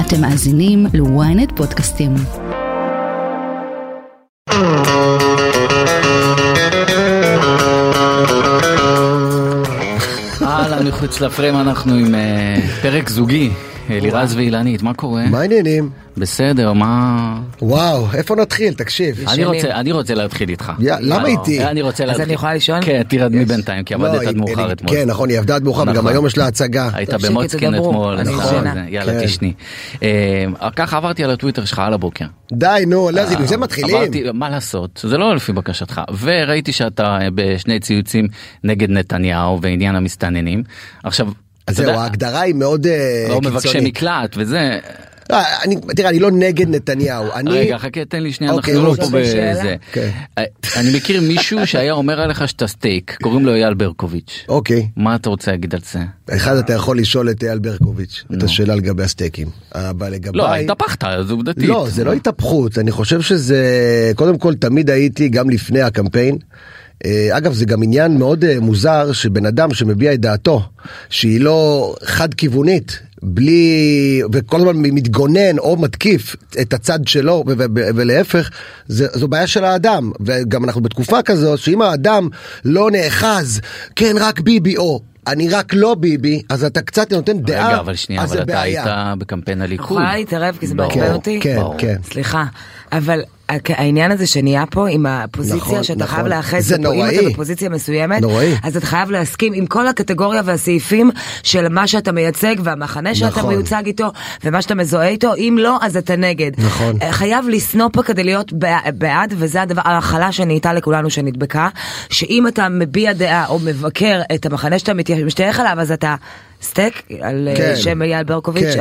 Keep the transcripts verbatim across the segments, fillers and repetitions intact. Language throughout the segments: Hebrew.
אתם מאזינים ל-ynet פודקאסטים. אהלן, מחוץ לפריים אנחנו עם פרק זוגי, לירז ואילנית, מה קורה? מה העניינים? בסדר, מה... וואו, איפה נתחיל? תקשיב. אני רוצה, אני רוצה להתחיל איתך. למה איתי? אני רוצה להתחיל. אז אני יכולה לישון? כן, תירדמי בינתיים, כי עבדת עד מאוחר אתמול. כן, נכון, היא עבדה עד מאוחר, וגם היום יש לה הצגה. היית במוצקין אתמול. אני ישנה. יאללה, תשני. ככה עברתי על הטוויטר שלך על הבוקר. די, נו, לזי, זה מתחילים. עברתי, מה לעשות? זה לא לפי בקשתך. וראיתי שאתה בשני ציוצים נגד נתניהו ועניין המסתננים. עכשיו, אז זהו, ההגדרה היא מאוד קיצונית. לא מבקשי מקלט וזה... תראה, אני לא נגד נתניהו. רגע, חכה, תן לי שנייה, אנחנו לא פה בזה. אני מכיר מישהו שהיה אומר עליך שאתה סטייק, קוראים לו אייל ברקוביץ'. אוקיי. מה אתה רוצה להגיד על זה? אחד, אתה יכול לשאול את אייל ברקוביץ' את השאלה לגבי הסטייקים. לא, התהפכת, זה עובדתית. לא, זה לא התהפכות. אני חושב שזה, קודם כל, תמיד הייתי גם לפני הקמפיין. אגב, זה גם עניין מאוד מוזר שבן אדם שמביע את דעתו, שהיא לא חד-כיוונית, בלי, וכל הזמן מתגונן או מתקיף את הצד שלו, ולהפך, זו בעיה של האדם. וגם אנחנו בתקופה כזו, שאם האדם לא נאחז, כן, רק ביבי, או אני רק לא ביבי, אז אתה קצת נותן דעה, רגע, אבל שנייה, אבל אתה היית בקמפיין הליכוד. יכולה להתערב, כי זה מערבב אותי? כן, כן. סליחה, אבל העניין הזה שנהיה פה עם הפוזיציה שאתה חייב לאחז, אם אתה בפוזיציה מסוימת, אז אתה חייב להסכים עם כל הקטגוריה והסעיפים של מה שאתה מייצג והמחנה שאתה מיוצג איתו ומה שאתה מזוהה איתו, אם לא אז אתה נגד. חייב לסנוע פה כדי להיות בעד, וזה הדבר, ההחלה שנהייתה לכולנו שנדבקה, שאם אתה מביע דעה או מבקר את המחנה שאתה משתייך עליו, אז אתה סטייק על שם אייל ברקוביץ'.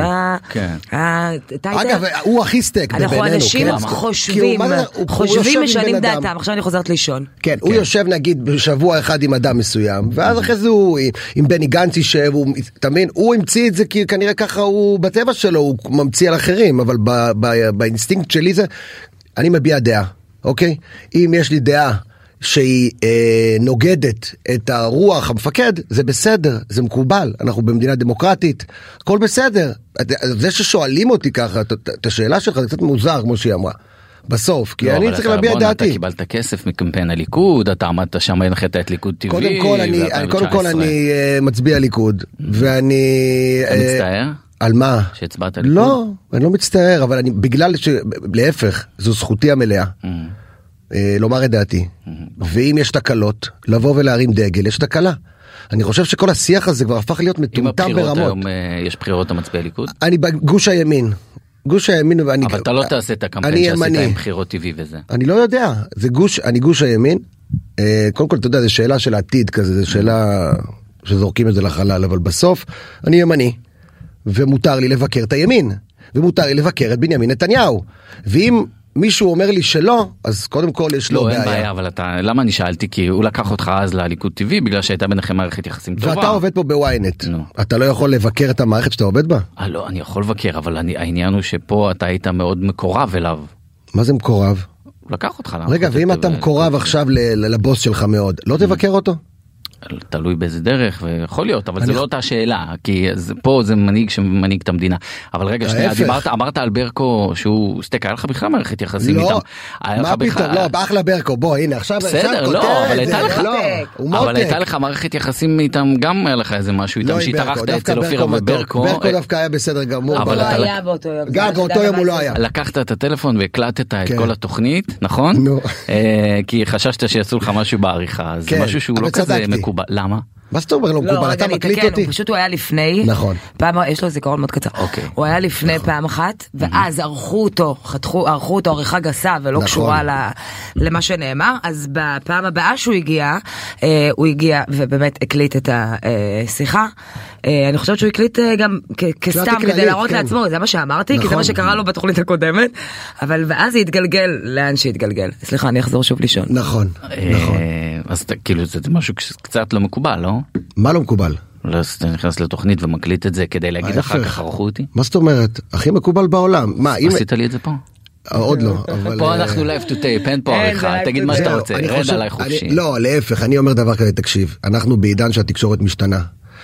אגב, הוא הכי סטייק בינינו. אנחנו אנשים חושבים, חושבים משנים דעתם. עכשיו אני חוזרת לישון. כן, הוא יושב נגיד בשבוע אחד עם אדם מסוים, ואז אחרי זה הוא עם בני גנץ יישב, תמיד, הוא המציא את זה כי כנראה ככה הוא בטבע שלו, הוא ממציא על אחרים, אבל באינסטינקט שלי זה, אני מביע דעה, אוקיי? אם יש לי דעה שהיא אה, נוגדת את הרוח המפקד, זה בסדר, זה מקובל, אנחנו במדינה דמוקרטית, הכל בסדר. זה ששואלים אותי ככה, את השאלה שלך זה קצת מוזר כמו שהיא אמרה, בסוף, כי אני צריך להביע את דעתי. אתה קיבלת כסף מקמפיין הליכוד, אתה עמדת שם, הנחת את ליכוד טבעי. קודם כל אני, קודם כל אני uh, מצביע ליכוד, ואני... אתה מצטער? על מה? שהצבעת ליכוד? לא, אני לא מצטער, אבל אני, בגלל ש... להפך, זו זכותי המלאה. לומר את דעתי, ואם יש תקלות, לבוא ולהרים דגל, יש תקלה. אני חושב שכל השיח הזה כבר הפך להיות מטומטם ברמות. היום יש בחירות המצביע ליכוד? אני בגוש הימין. גוש הימין, ואני... אבל אתה לא תעשה את הקמפיין שעשית עם בחירות טבעי וזה. אני לא יודע, זה גוש, אני גוש הימין. קודם כל, אתה יודע, זו שאלה של העתיד כזה, זו שאלה שזורקים את זה לחלל, אבל בסוף, אני ימני, ומותר לי לבקר את הימין, ומותר לי לבקר את בנימין נתניהו. ואם מישהו אומר לי שלא, אז קודם כל יש לו בעיה. לא, אין בעיה, אבל אתה, למה אני שאלתי? כי הוא לקח אותך אז לליכוד טבעי, בגלל שהייתה ביניכם מערכת יחסים טובה. ואתה עובד פה בוויינט. אתה לא יכול לבקר את המערכת שאתה עובד בה? אה, לא, אני יכול לבקר, אבל העניין הוא שפה אתה היית מאוד מקורב אליו. מה זה מקורב? הוא לקח אותך. רגע, ואם אתה מקורב עכשיו לבוס שלך מאוד, לא תבקר אותו? תלוי באיזה דרך, ויכול להיות, אבל זה לא אותה שאלה, כי פה זה מנהיג שמנהיג את המדינה. אבל רגע, שנייה, אמרת על ברקו שהוא סטייק, היה לך בכלל מערכת יחסים איתם. מה פתאום, לא, באחלה ברקו, בוא, הנה, עכשיו בסדר, לא, אבל הייתה לך מערכת יחסים איתם, גם היה לך איזה משהו איתם, שהתארחת אצל אופירה וברקו. ברקו דווקא היה בסדר גמור. אבל לא היה באותו יום. גם באותו יום הוא לא היה. לקחת את הטלפון והקלטת את כל התוכנית, נכון? כי חששת שיעשו לך משהו בעריכה, זה משהו שהוא לא כזה מקובל. למה? מה זאת אומרת? לא מקובל, אתה מקליט אותי? פשוט הוא היה לפני, נכון. יש לו זיכרון מאוד קצר. הוא היה לפני פעם אחת, ואז ערכו אותו, ערכו אותו עריכה גסה ולא קשורה למה שנאמר, אז בפעם הבאה שהוא הגיע, הוא הגיע ובאמת הקליט את השיחה. אני חושבת שהוא הקליט גם כסתם כדי להראות לעצמו, זה מה שאמרתי, כי זה מה שקרה לו בתוכנית הקודמת, אבל ואז זה התגלגל לאן שהתגלגל. סליחה, אני אחזור שוב לישון. נכון, נכון. אז כאילו זה משהו קצת לא מקובל, לא? מה לא מקובל? לא, אתה נכנס לתוכנית ומקליט את זה כדי להגיד אחר כך ערכו אותי? מה זאת אומרת? הכי מקובל בעולם. עשית לי את זה פה? עוד לא. פה אנחנו live to tape, אין פה עריכה, תגיד מה שאתה רוצה, רד עליי חופשי. לא, להפך, אני אומר דבר כזה, תקשיב, אנחנו בעידן שהתקשורת משתנה.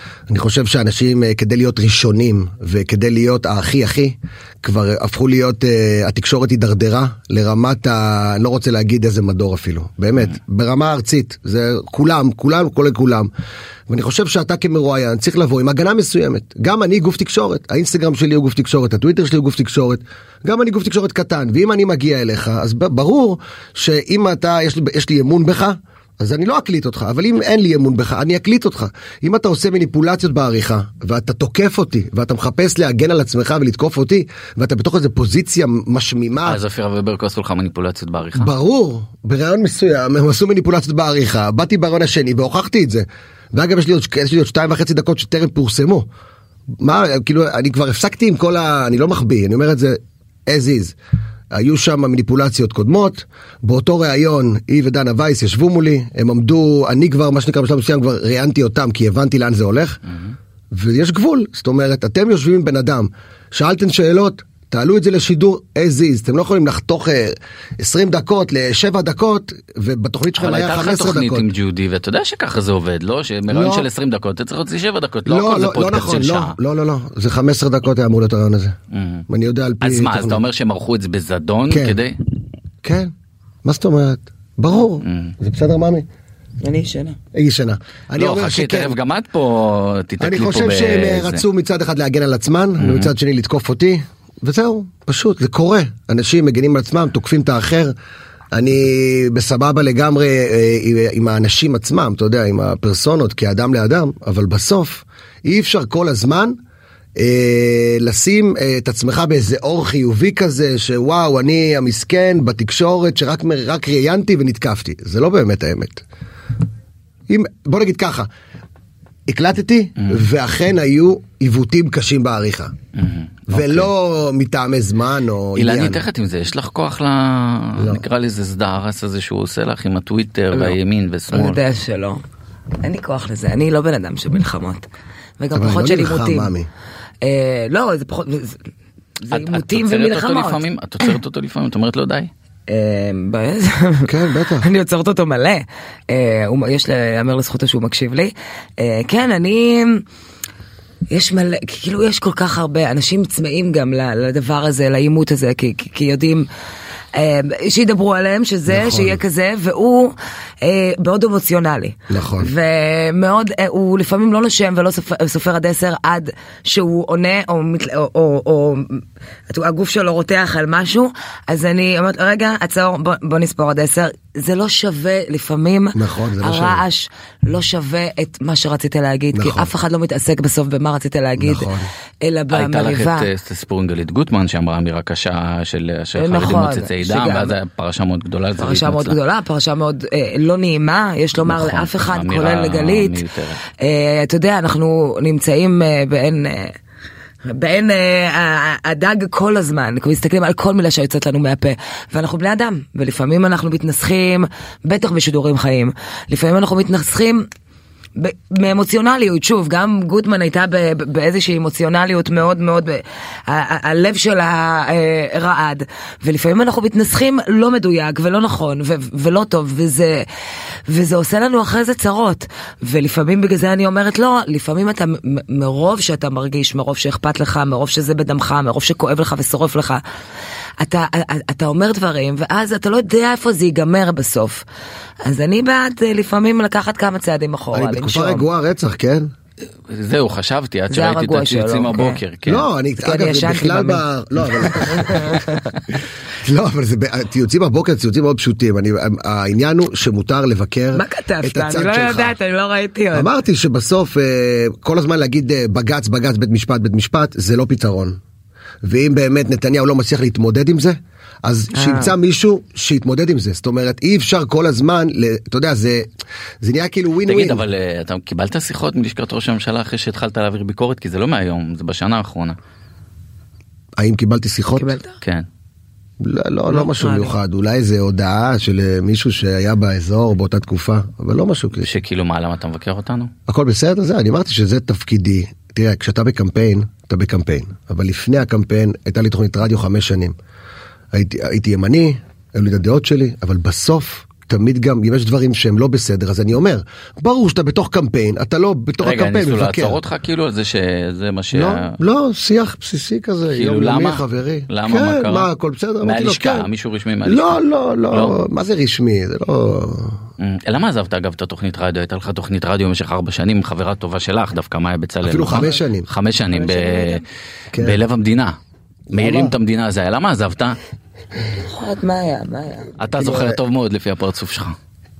אני חושב שאנשים כדי להיות ראשונים וכדי להיות הכי הכי כבר הפכו להיות, התקשורת הידרדרה לרמת ה... אני לא רוצה להגיד איזה מדור אפילו, באמת, ברמה ארצית, זה כולם, כולם, כולל כולם. ואני חושב שאתה כמרואיין צריך לבוא עם הגנה מסוימת. גם אני גוף תקשורת, האינסטגרם שלי הוא גוף תקשורת, הטוויטר שלי הוא גוף תקשורת, גם אני גוף תקשורת קטן, ואם אני מגיע אליך, אז ברור שאם אתה, יש לי, יש לי אמון בך, אז אני לא אקליט אותך, אבל אם אין לי אמון בך, אני אקליט אותך. אם אתה עושה מניפולציות בעריכה, ואתה תוקף אותי, ואתה מחפש להגן על עצמך ולתקוף אותי, ואתה בתוך איזו פוזיציה משמימה. אז אופירה וברקו עשו לך מניפולציות בעריכה. ברור, ברעיון מסוים, הם עשו מניפולציות בעריכה, באתי ברעיון השני, והוכחתי את זה. ואגב, יש לי עוד, יש לי עוד שתיים וחצי דקות שטרם פורסמו. מה, כאילו, אני כבר הפסקתי עם כל ה... אני לא מחביא, אני אומר את זה as is. היו שם מניפולציות קודמות, באותו ראיון, היא ודנה וייס ישבו מולי, הם עמדו, אני כבר, מה שנקרא בשלב מסוים, כבר ראיינתי אותם, כי הבנתי לאן זה הולך, mm-hmm. ויש גבול, זאת אומרת, אתם יושבים עם בן אדם, שאלתם שאלות, תעלו את זה לשידור as is, אתם לא יכולים לחתוך עשרים דקות לשבע דקות, ובתוכנית שלכם היה חמש עשרה דקות. אבל הייתה לך תוכנית עם ג'ודי, ואתה יודע שככה זה עובד, לא? שמראיון של עשרים דקות, אתה צריך להוציא שבע דקות, לא הכל זה פודקאסט של שעה. לא, לא, לא, זה חמש עשרה דקות היה אמור להיות הרעיון הזה. ואני יודע על פי... אז מה, אז אתה אומר שהם ערכו את זה בזדון כדי? כן, מה זאת אומרת? ברור, זה בסדר מאמי? אני ישנה. היא ישנה. לא, חכי, תרב, גם את פה תתקלי פה אני חושב שהם רצו מצד אחד להגן על עצמן, ומצד שני לתקוף אותי. וזהו, פשוט, זה קורה. אנשים מגנים על עצמם, תוקפים את האחר. אני בסבבה לגמרי עם האנשים עצמם, אתה יודע, עם הפרסונות כאדם לאדם, אבל בסוף אי אפשר כל הזמן אה, לשים את עצמך באיזה אור חיובי כזה, שוואו, אני המסכן בתקשורת שרק רק ראיינתי ונתקפתי. זה לא באמת האמת. אם, בוא נגיד ככה, הקלטתי, mm-hmm. ואכן היו עיוותים קשים בעריכה. Mm-hmm. ולא okay. מטעמי זמן או עניין. אילני, תכת עם זה, יש לך כוח ל... לא. נקרא לזה סדרס הזה שהוא עושה לך עם הטוויטר לא. והימין ושמאל. אני יודע שלא. אין לי כוח לזה, אני לא בן אדם של מלחמות. וגם פחות של עימותים. אה, לא, זה פחות... זה עימותים ומלחמות. את עוצרת אותו לפעמים, את אומרת לו די? כן, בטח. אני עוצרת אותו מלא. יש לאמר לזכותו שהוא מקשיב לי. כן, אני... יש מלא, כאילו יש כל כך הרבה אנשים צמאים גם לדבר הזה, לאימות הזה, כי, כי יודעים שידברו עליהם, שזה, נכון. שיהיה כזה, והוא אה, מאוד אמוציונלי. נכון. ומאוד, אה, הוא לפעמים לא נושם ולא סופר, סופר עד עשר, עד שהוא עונה, או, או, או, או הגוף שלו רותח על משהו, אז אני אומרת, רגע, עצור, בוא, בוא נספור עד עשר, זה לא שווה, לפעמים, נכון, זה לא הרעש שווה. לא שווה את מה שרצית להגיד, נכון. כי אף אחד לא מתעסק בסוף במה רצית להגיד, נכון. אלא במריבה. הייתה לך את סיפור עם גלית גוטמן, שאמרה אמירה קשה של חרדים מוצצי דם, ואז היה פרשה מאוד גדולה. פרשה מאוד גדולה, פרשה מאוד אה, לא נעימה, יש לומר נכון, לאף אחד, כולל לגלית. אה, אתה יודע, אנחנו נמצאים אה, בין... אה, בין אה, הדג כל הזמן, אנחנו מסתכלים על כל מילה שיוצאת לנו מהפה, ואנחנו בני אדם, ולפעמים אנחנו מתנסחים, בטח בשידורים חיים, לפעמים אנחנו מתנסחים מאמוציונליות, שוב, גם גוטמן הייתה באיזושהי אמוציונליות מאוד מאוד, הלב שלה רעד, ולפעמים אנחנו מתנסחים לא מדויק ולא נכון ולא טוב, וזה וזה עושה לנו אחרי זה צרות, ולפעמים בגלל זה אני אומרת לא, לפעמים אתה מרוב שאתה מרגיש, מרוב שאכפת לך, מרוב שזה בדמך, מרוב שכואב לך ושורף לך, אתה, אתה אומר דברים, ואז אתה לא יודע איפה זה ייגמר בסוף. אז אני בעד לפעמים לקחת כמה צעדים אחורה. אני בתקופה רגועה רצח, כן? זהו, חשבתי, עד שראיתי את הציוצים הבוקר. לא, אני, אגב, זה בכלל ב... לא, אבל זה ציוצים הבוקר, ציוצים מאוד פשוטים. העניין הוא שמותר לבקר מה כתבת? אני לא יודעת, אני לא ראיתי עוד. אמרתי שבסוף, כל הזמן להגיד בגץ, בגץ, בית משפט, בית משפט, זה לא פתרון. ואם באמת נתניהו לא מצליח להתמודד עם זה, אז שימצא מישהו שיתמודד עם זה. זאת אומרת, אי אפשר כל הזמן, אתה יודע, זה, זה נהיה כאילו ווין ווין. תגיד, אבל אתה קיבלת שיחות מלשכת ראש הממשלה אחרי שהתחלת להעביר ביקורת? כי זה לא מהיום, זה בשנה האחרונה. האם קיבלתי שיחות? קיבלת? כן. לא, לא, לא משהו מיוחד. אולי איזה הודעה של מישהו שהיה באזור באותה תקופה, אבל לא משהו כזה. שכאילו מה, למה אתה מבקר אותנו? הכל בסדר, זה, אני אמרתי שזה תפקידי. תראה, כשאתה בקמפיין, אתה בקמפיין. אבל לפני הקמפיין, הייתה לי תוכנית רדיו חמש שנים. הייתי, הייתי ימני, היו לי את הדעות שלי, אבל בסוף, תמיד גם, אם יש דברים שהם לא בסדר, אז אני אומר, ברור שאתה בתוך קמפיין, אתה לא בתוך רגע, הקמפיין מבקר. רגע, ניסו לעצור אותך כאילו על זה שזה מה ש... לא, לא, שיח בסיסי כזה, כאילו יום למה? יומי, חברי. למה? כן, מה קרה? מה, הכל בסדר? מהלשכה, מישהו רשמי מהלשכה. לא, לא, לא, לא, מה זה רשמי? זה לא... למה עזבת אגב את התוכנית רדיו? הייתה לך תוכנית רדיו במשך ארבע שנים, חברה טובה שלך, דווקא מאיה בצלאל. אפילו חמש שנים. חמש שנים בלב המדינה. מאירים את המדינה הזה. למה עזבת? מה היה? מה היה? אתה זוכר טוב מאוד לפי הפרצוף שלך.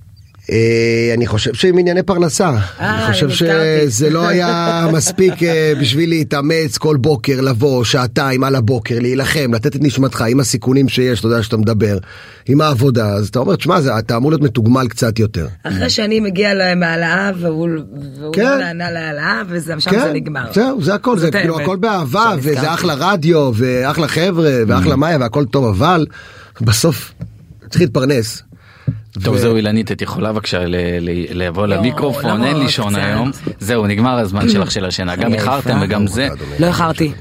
אני חושב שעם ענייני פרנסה, אני חושב שזה לא היה מספיק בשביל להתאמץ כל בוקר, לבוא שעתיים על הבוקר, להילחם, לתת את נשמתך עם הסיכונים שיש, אתה יודע שאתה מדבר, עם העבודה, אז אתה אומר, תשמע, אתה אמור להיות מתוגמל קצת יותר. אחרי שאני מגיע להם העלאה, והוא לא נענה להעלאה, ושם זה נגמר. זהו, זה הכל, זה כאילו הכל באהבה, וזה אחלה רדיו, ואחלה חבר'ה, ואחלה מאיה, והכל טוב, אבל בסוף צריך להתפרנס. טוב, זהו אילנית, את יכולה בבקשה לבוא למיקרופון, אין לישון היום. זהו, נגמר הזמן שלך של השינה, גם איחרתם וגם זה. לא איחרתי.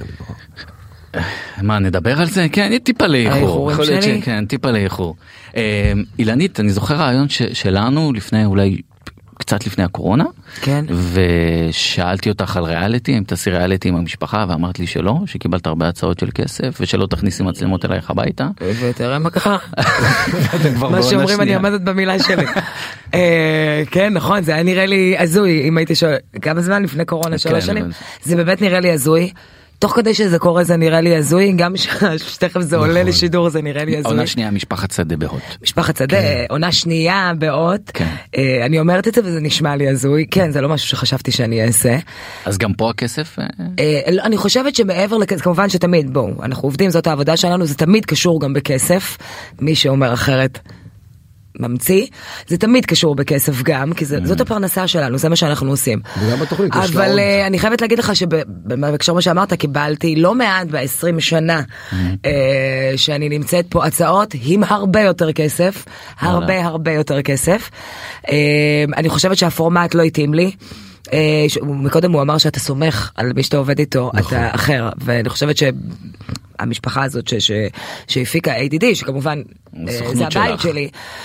מה, נדבר על זה? כן, טיפה לאיחור. יכול להיות שכן, טיפה לאיחור. אילנית, אני זוכר רעיון שלנו לפני, אולי קצת לפני הקורונה, כן. ושאלתי אותך על ריאליטי, אם תעשי ריאליטי עם המשפחה, ואמרת לי שלא, שקיבלת הרבה הצעות של כסף, ושלא תכניסי מצלמות אלייך הביתה. ותראה מה ככה. מה שאומרים, אני עמדת במילה שלי. כן, נכון, זה היה נראה לי הזוי, אם הייתי שואל, כמה זמן לפני קורונה, שלוש שנים, זה באמת נראה לי הזוי. תוך כדי שזה קורה זה נראה לי הזוי, גם שתכף זה עולה לשידור זה נראה לי הזוי. עונה שנייה, משפחת שדה באות. משפחת שדה, עונה שנייה באות. אני אומרת את זה וזה נשמע לי הזוי. כן, זה לא משהו שחשבתי שאני אעשה. אז גם פה הכסף? אני חושבת שמעבר לכסף, כמובן שתמיד, בואו, אנחנו עובדים, זאת העבודה שלנו, זה תמיד קשור גם בכסף. מי שאומר אחרת ממציא, זה תמיד קשור בכסף גם, כי זאת הפרנסה שלנו, זה מה שאנחנו עושים. אבל אני חייבת להגיד לך שבקשר מה שאמרת, קיבלתי לא מעט ב-עשרים שנה שאני נמצאת פה הצעות עם הרבה יותר כסף, הרבה הרבה יותר כסף. אני חושבת שהפורמט לא התאים לי. מקודם הוא אמר שאתה סומך על מי שאתה עובד איתו, אתה אחר, ואני חושבת שהמשפחה הזאת שהפיקה איי די די, שכמובן זה הבית שלי,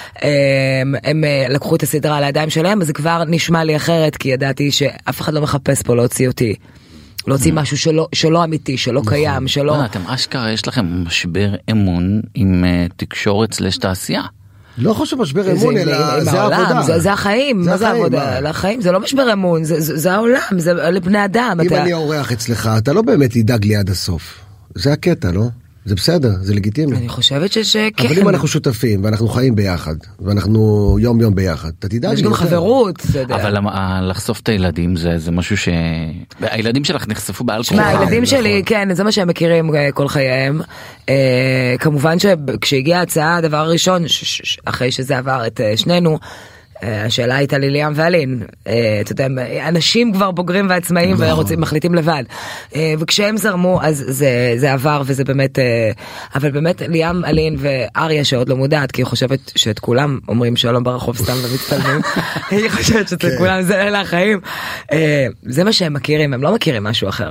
הם לקחו את הסדרה על הידיים שלהם, אז זה כבר נשמע לי אחרת, כי ידעתי שאף אחד לא מחפש פה להוציא אותי, להוציא משהו שלא, שלא אמיתי, שלא קיים, שלא... אתם אשכרה, יש לכם משבר אמון עם תקשורת סלש תעשייה. לא חושב משבר אמון, אלא זה העבודה. זה החיים, מה זה העבודה? החיים, זה לא משבר אמון, זה העולם, זה לבני אדם. אם אני אורח אצלך, אתה לא באמת תדאג לי עד הסוף. זה הקטע, לא? זה בסדר, זה לגיטימי. אני חושבת שכן. אבל אם אנחנו שותפים, ואנחנו חיים ביחד, ואנחנו יום יום ביחד, אתה תדאג לי. יש גם חברות. אבל לחשוף את הילדים זה משהו ש... הילדים שלך נחשפו באלכוהול. שמע, הילדים שלי, כן, זה מה שהם מכירים כל חייהם. כמובן שכשהגיעה ההצעה, הדבר הראשון, אחרי שזה עבר את שנינו, השאלה הייתה לי ליאם ואלין, אתה יודע, אנשים כבר בוגרים ועצמאים ומחליטים לבד, וכשהם זרמו אז זה, זה עבר וזה באמת, אבל באמת ליאם, אלין ואריה שעוד לא מודעת, כי היא חושבת שאת כולם אומרים שלום ברחוב סתם ומצטלמים, היא חושבת שאת כולם זה אלה החיים, זה מה שהם מכירים, הם לא מכירים משהו אחר,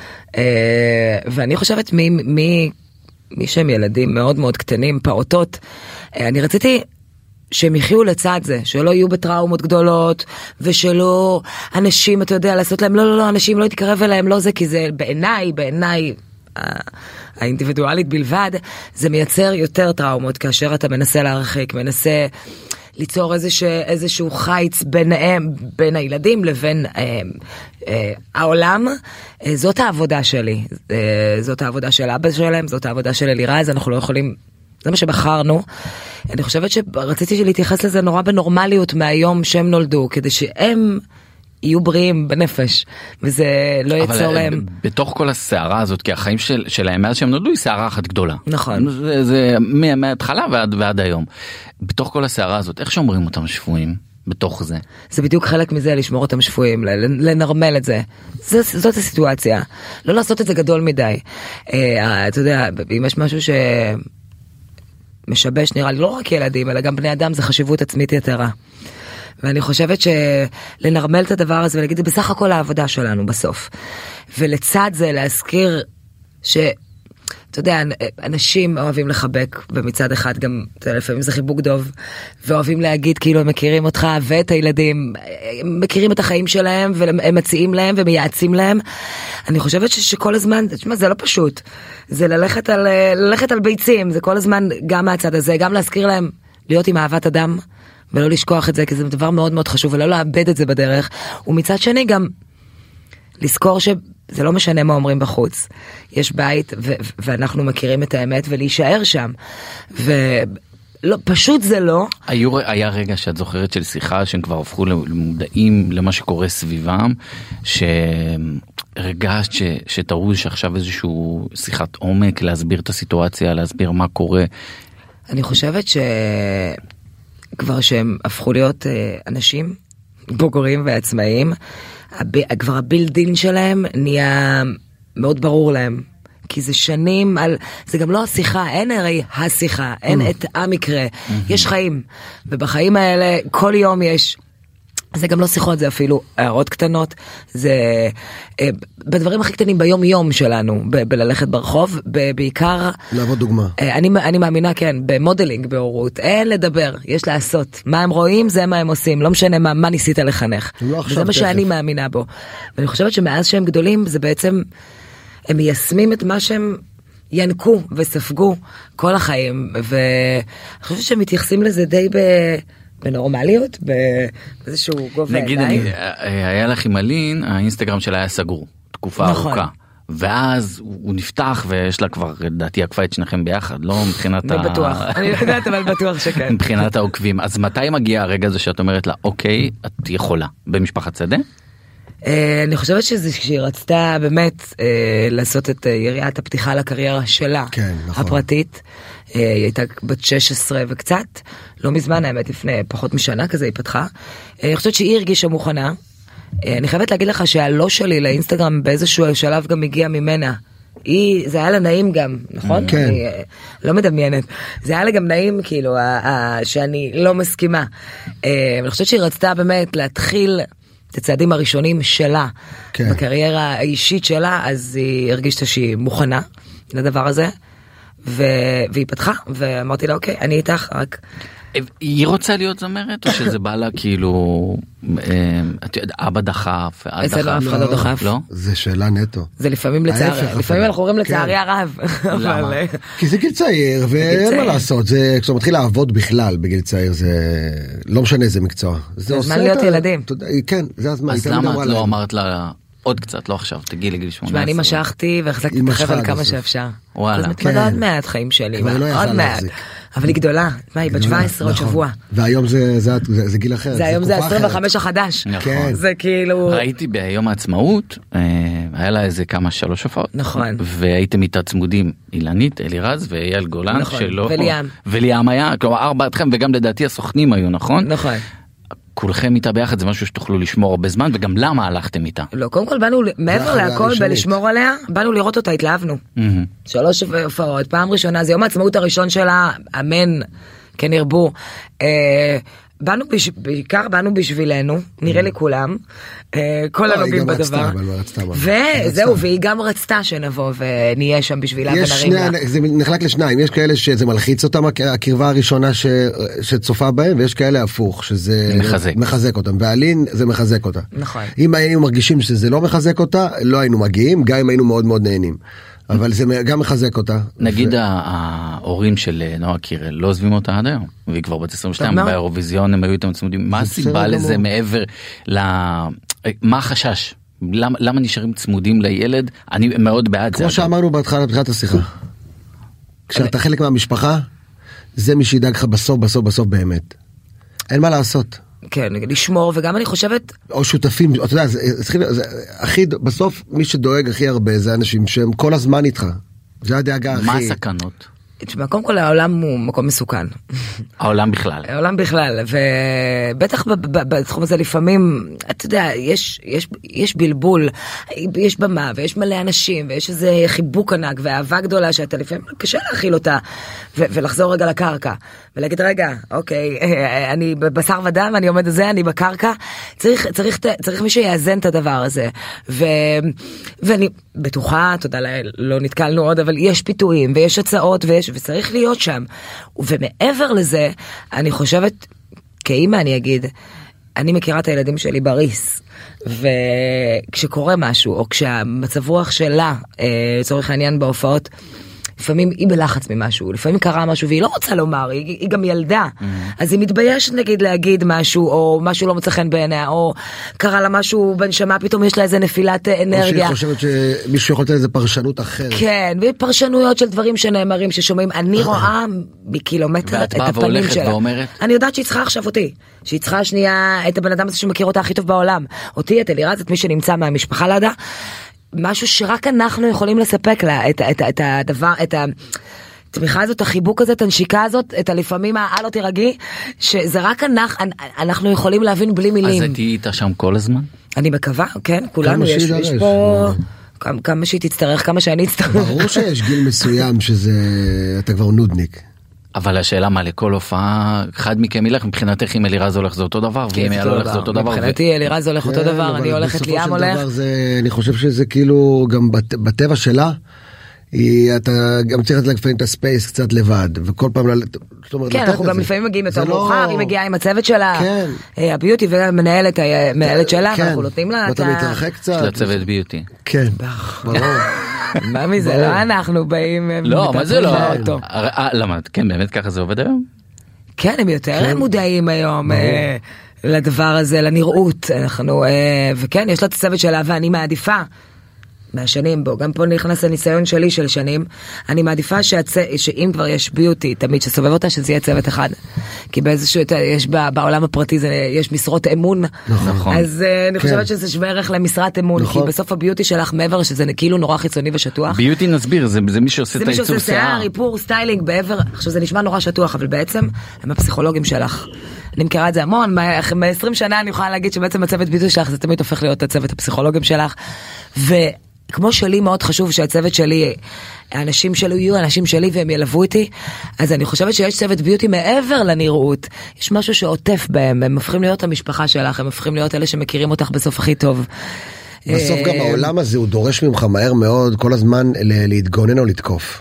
ואני חושבת מי, מי, מי שהם ילדים מאוד מאוד קטנים, פעוטות, אני רציתי שהם יחיו לצד זה, שלא יהיו בטראומות גדולות, ושלא אנשים, אתה יודע, לעשות להם, לא, לא, לא, אנשים לא יתקרב אליהם, לא זה, כי זה בעיניי, בעיניי, האינדיבידואלית בלבד, זה מייצר יותר טראומות, כאשר אתה מנסה להרחיק, מנסה ליצור איזשהו, איזשהו חיץ ביניהם, בין הילדים לבין אה, אה, העולם. אה, זאת העבודה שלי, אה, זאת העבודה של אבא שלהם, זאת העבודה של אלירז, אנחנו לא יכולים... זה מה שבחרנו. אני חושבת שרציתי להתייחס לזה נורא בנורמליות מהיום שהם נולדו, כדי שהם יהיו בריאים בנפש, וזה לא ייצור להם. אבל בתוך כל הסערה הזאת, כי החיים של, שלהם מאז שהם נולדו היא סערה אחת גדולה. נכון. זה, זה מההתחלה ועד, ועד היום. בתוך כל הסערה הזאת, איך שומרים אותם שפויים? בתוך זה. זה בדיוק חלק מזה, לשמור אותם שפויים, לנרמל את זה. זאת, זאת הסיטואציה. לא לעשות את זה גדול מדי. אה, אתה יודע, אם יש משהו ש... משבש נראה לי לא רק ילדים, אלא גם בני אדם, זה חשיבות עצמית יתרה. ואני חושבת שלנרמל את הדבר הזה ולהגיד, זה בסך הכל העבודה שלנו בסוף. ולצד זה להזכיר ש... אתה יודע, אנשים אוהבים לחבק, ומצד אחד גם, אתה יודע, לפעמים זה חיבוק דוב, ואוהבים להגיד כאילו הם מכירים אותך ואת הילדים, הם מכירים את החיים שלהם, והם מציעים להם ומייעצים להם. אני חושבת שכל הזמן, תשמע, זה לא פשוט, זה ללכת על, ללכת על ביצים, זה כל הזמן גם מהצד הזה, גם להזכיר להם להיות עם אהבת אדם, ולא לשכוח את זה, כי זה דבר מאוד מאוד חשוב, ולא לאבד את זה בדרך, ומצד שני גם לזכור ש... זה לא משנה מה אומרים בחוץ. יש בית ו- ואנחנו מכירים את האמת ולהישאר שם. ולא, פשוט זה לא. היו, היה רגע שאת זוכרת של שיחה שהם כבר הפכו למודעים למה שקורה סביבם, שהרגשת ש- שתראו שעכשיו איזשהו שיחת עומק, להסביר את הסיטואציה, להסביר מה קורה. אני חושבת שכבר שהם הפכו להיות אנשים בוגרים ועצמאיים, כבר הבילדין שלהם נהיה מאוד ברור להם, כי זה שנים על, זה גם לא השיחה, אין הרי השיחה, אין את המקרה, יש חיים, ובחיים האלה כל יום יש, זה גם לא שיחות, זה אפילו הערות קטנות, זה בדברים הכי קטנים ביום יום שלנו, ב- בללכת ברחוב, ב- בעיקר... לעבוד דוגמה. אני, אני מאמינה, כן, במודלינג, בהורות, אין לדבר, יש לעשות. מה הם רואים, זה מה הם עושים, לא משנה מה, מה ניסית לחנך. לא וזה מה שאני מאמינה בו. ואני חושבת שמאז שהם גדולים, זה בעצם, הם מיישמים את מה שהם ינקו וספגו כל החיים, ואני חושבת שהם מתייחסים לזה די ב... בנורמליות, באיזשהו גובה נגיד, אני, היה לך עם אלין, האינסטגרם שלה היה סגור, תקופה נכון. ארוכה. ואז הוא נפתח ויש לה כבר, לדעתי, עקפה את שניכם ביחד, לא מבחינת ה... בטוח, אני יודעת, אבל בטוח שכן. מבחינת העוקבים. אז מתי מגיע הרגע הזה שאת אומרת לה, אוקיי, את יכולה, במשפחת שדה? אני חושבת שזה שהיא רצתה באמת לעשות את יריית הפתיחה לקריירה שלה, הפרטית. היא הייתה בת שש עשרה וקצת, לא מזמן, האמת, לפני פחות משנה כזה היא פתחה. אני חושבת שהיא הרגישה מוכנה. אני חייבת להגיד לך שהלא שלי לאינסטגרם באיזשהו שלב גם הגיע ממנה. היא, זה היה לה נעים גם, נכון? כן. אני לא מדמיינת. זה היה לה גם נעים, כאילו, שאני לא מסכימה. אני חושבת שהיא רצתה באמת להתחיל את הצעדים הראשונים שלה, כן. בקריירה האישית שלה, אז היא הרגישה שהיא מוכנה לדבר הזה. והיא פתחה, ואמרתי לה, אוקיי, אני איתך, רק... היא רוצה להיות זמרת, או שזה בא לה כאילו, אבא דחף, ואת דחף? זה לא, אף אחד לא דחף. לא? זה שאלה נטו. זה לפעמים לצערי, לפעמים אנחנו אומרים לצערי הרב. למה? כי זה גיל צעיר, ואין מה לעשות, כשאתה מתחיל לעבוד בכלל בגיל צעיר, זה לא משנה איזה מקצוע. זה הזמן להיות ילדים. כן, זה הזמן. אז למה את לא אמרת לה... עוד קצת, לא עכשיו, תגיעי לגיל שמונה עשרה. אני משכתי והחזקתי את החבל כמה שאפשר. וואלה. אז מתמדה עוד מעט חיים שלי, עוד מעט. אבל היא גדולה, מה, היא בת שבע עשרה עוד שבוע. והיום זה גיל אחר. זה היום זה עשרים וחמש החדש. נכון. זה כאילו... ראיתי ביום העצמאות, היה לה איזה כמה שלוש הופעות. נכון. והייתם איתה צמודים אילנית, אלירז ואייל גולן. נכון, וליאם. וליאם היה, כלומר ארבעתכם, וגם לדעתי הסוכנים היו, נכון? נכון. כולכם איתה ביחד, זה משהו שתוכלו לשמור הרבה זמן, וגם למה הלכתם איתה? לא, קודם כל באנו, מעבר להכל ולשמור עליה, באנו לראות אותה, התלהבנו. שלוש הופעות, פעם ראשונה, זה יום העצמאות הראשון שלה, אמן, כן ירבו. באנו, בעיקר באנו בשבילנו, נראה לי כולם, כל הנוגעים בדבר. וזהו, והיא גם רצתה שנבוא ונהיה שם בשבילה ונרים לה. זה נחלק לשניים, יש כאלה שזה מלחיץ אותם, הקרבה הראשונה שצופה בהם, ויש כאלה הפוך, שזה מחזק אותם, ואלין זה מחזק אותה. נכון. אם היינו מרגישים שזה לא מחזק אותה, לא היינו מגיעים, גם אם היינו מאוד מאוד נהנים. אבל זה גם מחזק אותה. נגיד ההורים של נועה קירל לא עוזבים אותה עד היום, והיא כבר בת עשרים ושתיים באירוויזיון, הם היו איתם צמודים. מה הסיבה לזה מעבר ל... מה החשש? למה נשארים צמודים לילד? אני מאוד בעד זה. כמו שאמרנו בהתחלה, בתחילת השיחה. כשאתה חלק מהמשפחה, זה מי שידאג לך בסוף, בסוף, בסוף באמת. אין מה לעשות. כן, לשמור, וגם אני חושבת... או שותפים, אתה יודע, זה, זה, זה, הכי, בסוף מי שדואג הכי הרבה זה אנשים שהם כל הזמן איתך. זה הדאגה הכי... מה הסכנות? תשמע, קודם כל העולם הוא מקום מסוכן. העולם בכלל. העולם בכלל, ובטח בתחום הזה לפעמים, אתה יודע, יש, יש, יש בלבול, יש במה, ויש מלא אנשים, ויש איזה חיבוק ענק, ואהבה גדולה שאתה לפעמים קשה להכיל אותה, ו- ולחזור רגע לקרקע, ולהגיד, רגע, אוקיי, אני בשר ודם, אני עומד הזה, אני בקרקע, צריך, צריך, צריך מי שיאזן את הדבר הזה, ו, ואני בטוחה, תודה לאל, לא נתקלנו עוד, אבל יש פיתויים, ויש הצעות, ויש וצריך להיות שם. ומעבר לזה, אני חושבת, כאמא אני אגיד, אני מכירה את הילדים שלי בריס, וכשקורה משהו, או כשהמצב רוח שלה, לצורך העניין בהופעות, לפעמים היא בלחץ ממשהו, לפעמים קרה משהו והיא לא רוצה לומר, היא, היא גם ילדה, mm-hmm. אז היא מתביישת נגיד להגיד משהו, או משהו לא מצא חן בעיניה, או קרה לה משהו בנשמה, פתאום יש לה איזה נפילת אנרגיה. או שהיא חושבת שמישהו יכול לתת איזה פרשנות אחרת. כן, ופרשנויות של דברים שנאמרים, ששומעים, אני רואה בקילומטר את הפנים שלה. ואומרת? אני יודעת שהיא צריכה עכשיו אותי, שהיא צריכה שנייה את הבן אדם הזה שמכיר אותה הכי טוב בעולם. אותי, את אלירז, את מי שנמצא מהמשפחה לידה, משהו שרק אנחנו יכולים לספק לה, את, את, את הדבר, את התמיכה הזאת, החיבוק הזה, את הנשיקה הזאת, את הלפעמים העל אותי רגעי, שזה רק אנחנו, אנחנו יכולים להבין בלי מילים. אז תהיי איתה שם כל הזמן? אני מקווה, כן, כולנו, יש, יש פה כמה, כמה שהיא תצטרך, כמה שאני אצטרך. ברור שיש גיל מסוים שזה, אתה כבר נודניק. אבל השאלה מה, לכל הופעה, אחד מכם ילך, מבחינתך אם אלירז הולך זה אותו דבר, ואם אייל הולך זה אותו דבר. מבחינתי אלירז הולך אותו דבר, אני הולכת, ליאם הולך. אני חושב שזה כאילו, גם בטבע שלה, אתה גם צריך לתת לפעמים את הספייס קצת לבד, וכל פעם... כן, אנחנו גם לפעמים מגיעים יותר מאוחר, היא מגיעה עם הצוות שלה, הביוטי ומנהלת שלה, ואנחנו נותנים לה את ה... אתה מתרחק קצת. של הצוות ביוטי. כן, ברור. מה מזה? לא אנחנו באים... לא, מה זה לא? למה? כן, באמת ככה זה עובד היום? כן, הם יותר מודעים היום לדבר הזה, לנראות. וכן, יש לה את הצוות שלה, ואני מעדיפה מהשנים בו, גם פה נכנס הניסיון שלי של שנים, אני מעדיפה שהצ... שאם כבר יש ביוטי, תמיד שסובב אותה, שזה יהיה צוות אחד. כי באיזשהו, יש בעולם הפרטי, זה, יש משרות אמון. נכון. אז כן. אני חושבת שזה שווה ערך למשרת אמון, נכון. כי בסוף הביוטי שלך מעבר שזה כאילו נורא חיצוני ושטוח. ביוטי נסביר, זה, זה מי שעושה את העיצוב שיער. זה מי שעושה שיער, איפור, סטיילינג, בעבר, עכשיו זה נשמע נורא שטוח, אבל בעצם הם הפסיכולוגים שלך. אני מכירה את זה המון, מ-עשרים שנה אני יכולה להגיד שבעצם הצוות ביוטי שלך זה תמיד הופך להיות הצוות הפסיכולוגים שלך. ו כמו שלי מאוד חשוב שהצוות שלי, האנשים שלי יהיו אנשים שלי והם ילוו איתי, אז אני חושבת שיש צוות ביוטי מעבר לנראות, יש משהו שעוטף בהם, הם הופכים להיות המשפחה שלך, הם הופכים להיות אלה שמכירים אותך בסוף הכי טוב. בסוף גם העולם הזה הוא דורש ממך מהר מאוד כל הזמן להתגונן או לתקוף.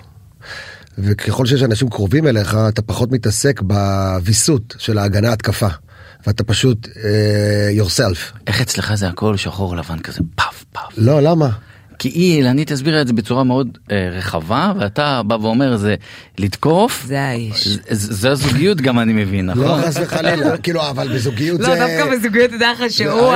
וככל שיש אנשים קרובים אליך, אתה פחות מתעסק בוויסות של ההגנה התקפה. ואתה פשוט uh, yourself. איך אצלך זה הכל שחור לבן כזה, פאף פאף. לא, למה? כי היא, אילנית הסבירה את זה בצורה מאוד אה, רחבה, ואתה בא ואומר, זה לתקוף. זה האיש. זה, זה הזוגיות גם אני מבין, נכון? לא, חס וחלילה, כאילו, אבל בזוגיות זה... לא, דווקא בזוגיות אתה לך שהוא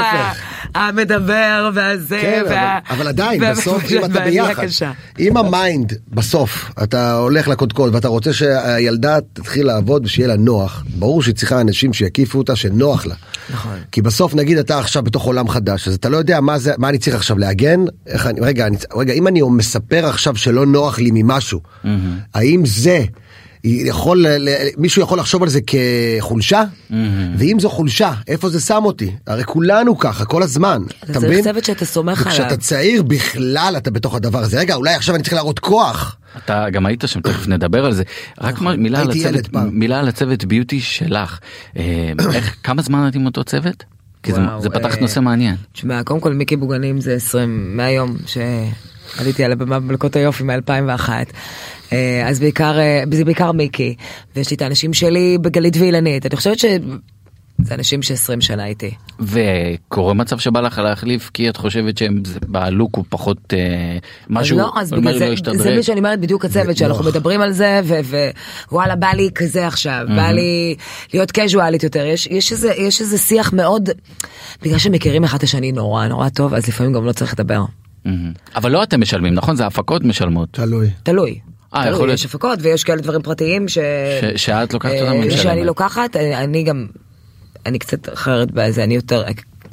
המדבר והזה. כן, אבל עדיין, בסוף, אם אתה ביחד, אם המיינד, בסוף, אתה הולך לקודקוד, ואתה רוצה שהילדה תתחיל לעבוד ושיהיה לה נוח, ברור שהיא צריכה אנשים שיקיפו אותה, שנוח לה. נכון. כי בסוף, נגיד, אתה עכשיו בתוך עולם חדש, אז אתה לא יודע מה זה, מה אני צריך עכשיו להגן, איך אני, רגע, אני, רגע, אם אני מספר עכשיו שלא נוח לי ממשהו, mm-hmm. האם זה, יכול, מישהו יכול לחשוב על זה כחולשה? Mm-hmm. ואם זו חולשה, איפה זה שם אותי? הרי כולנו ככה, כל הזמן. אתה מבין? זה חושבת שאתה סומך עליו. וכשאתה צעיר בכלל, אתה בתוך הדבר הזה. רגע, אולי עכשיו אני צריך להראות כוח. אתה גם היית שם, תכף נדבר על זה. רק מילה על הצוות, מילה על הצוות ביוטי שלך. איך, כמה זמן את עם אותו צוות? כי זה, זה פתח נושא מעניין. תשמע, קודם כל מיקי בוגנים זה עשרים מהיום שעליתי על הבמה במלכות היופי מ-אלפיים ואחת. אז בעיקר, זה בעיקר מיקי. ויש לי את האנשים שלי בגלית ואילנית. אני חושבת שזה אנשים ש-עשרים שנה איתי. וקורה מצב שבא לך להחליף, כי את חושבת שבלוק הוא פחות משהו, לא, אז בגלל זה, זה מי שאני אומרת בדיוק הצוות, שאנחנו מדברים על זה, ווואלה, בא לי כזה עכשיו, בא לי להיות קזואלית יותר. יש, יש איזה, יש איזה שיח מאוד, בגלל שמכירים אחד השני נורא, נורא טוב, אז לפעמים גם לא צריך לדבר. אבל לא אתם משלמים, נכון? זה הפקות משלמות. תלוי. תלוי. תלוי, יש הפקות ויש כאלה דברים פרטיים ש... שאת לוקחת אותם משלמת. שאני לוקחת, אני גם... אני קצת אחרת בזה, אני יותר,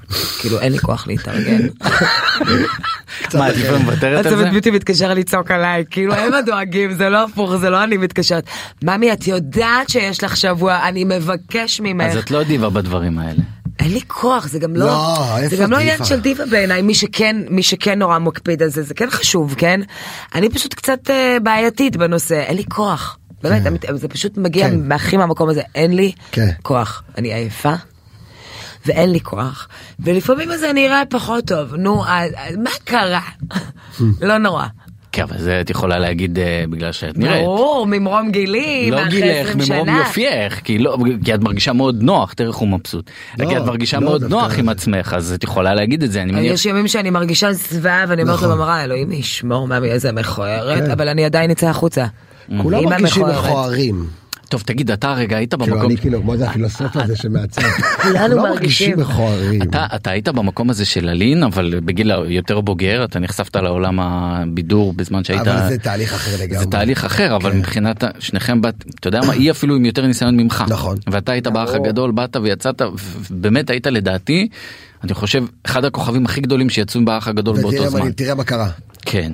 כאילו אין לי כוח להתארגן. מה, את לפעמים מוותרת על זה? הצוות ביוטי מתקשר לצעוק עליי, כאילו הם הדואגים, זה לא הפוך, זה לא אני מתקשרת. ממי, את יודעת שיש לך שבוע, אני מבקש ממך. אז את לא דיבה בדברים האלה. אין לי כוח, זה גם לא, זה גם לא עניין של דיבה בעיניי, מי שכן, מי שכן נורא מקפיד על זה, זה כן חשוב, כן? אני פשוט קצת בעייתית בנושא, אין לי כוח. באמת, זה פשוט מגיע מהכי מהמקום הזה, אין לי כוח. אני עייפה. ואין לי כוח, ולפעמים זה נראה פחות טוב, נו, מה קרה? לא נורא. כן, אבל זה את יכולה להגיד בגלל שאת נראית. ברור, ממרום גילי, לא גילך, ממרום יופייך, כי את מרגישה מאוד נוח, תראה הוא מבסוט. כי את מרגישה מאוד נוח עם עצמך, אז את יכולה להגיד את זה. יש ימים שאני מרגישה זוועה, ואני אומרת לו במראה, אלוהים ישמור ממי איזה מכוערת, אבל אני עדיין אצא החוצה. כולם מרגישים מכוערים. טוב, תגיד, אתה רגע היית במקום... כאילו, אני כאילו, כמו זה הפילוסוף הזה שמעצב. כולנו מרגישים מכוערים. אתה היית במקום הזה של אלין, אבל בגיל יותר בוגר, אתה נחשפת לעולם הבידור בזמן שהיית... אבל זה תהליך אחר לגמרי. זה תהליך אחר, אבל מבחינת שניכם, אתה יודע מה, היא אפילו עם יותר ניסיון ממך. נכון. ואתה היית באח הגדול, באת ויצאת, ובאמת היית לדעתי, אני חושב, אחד הכוכבים הכי גדולים שיצאו באח הגדול באותו זמן. ותראה מה קרה. כן.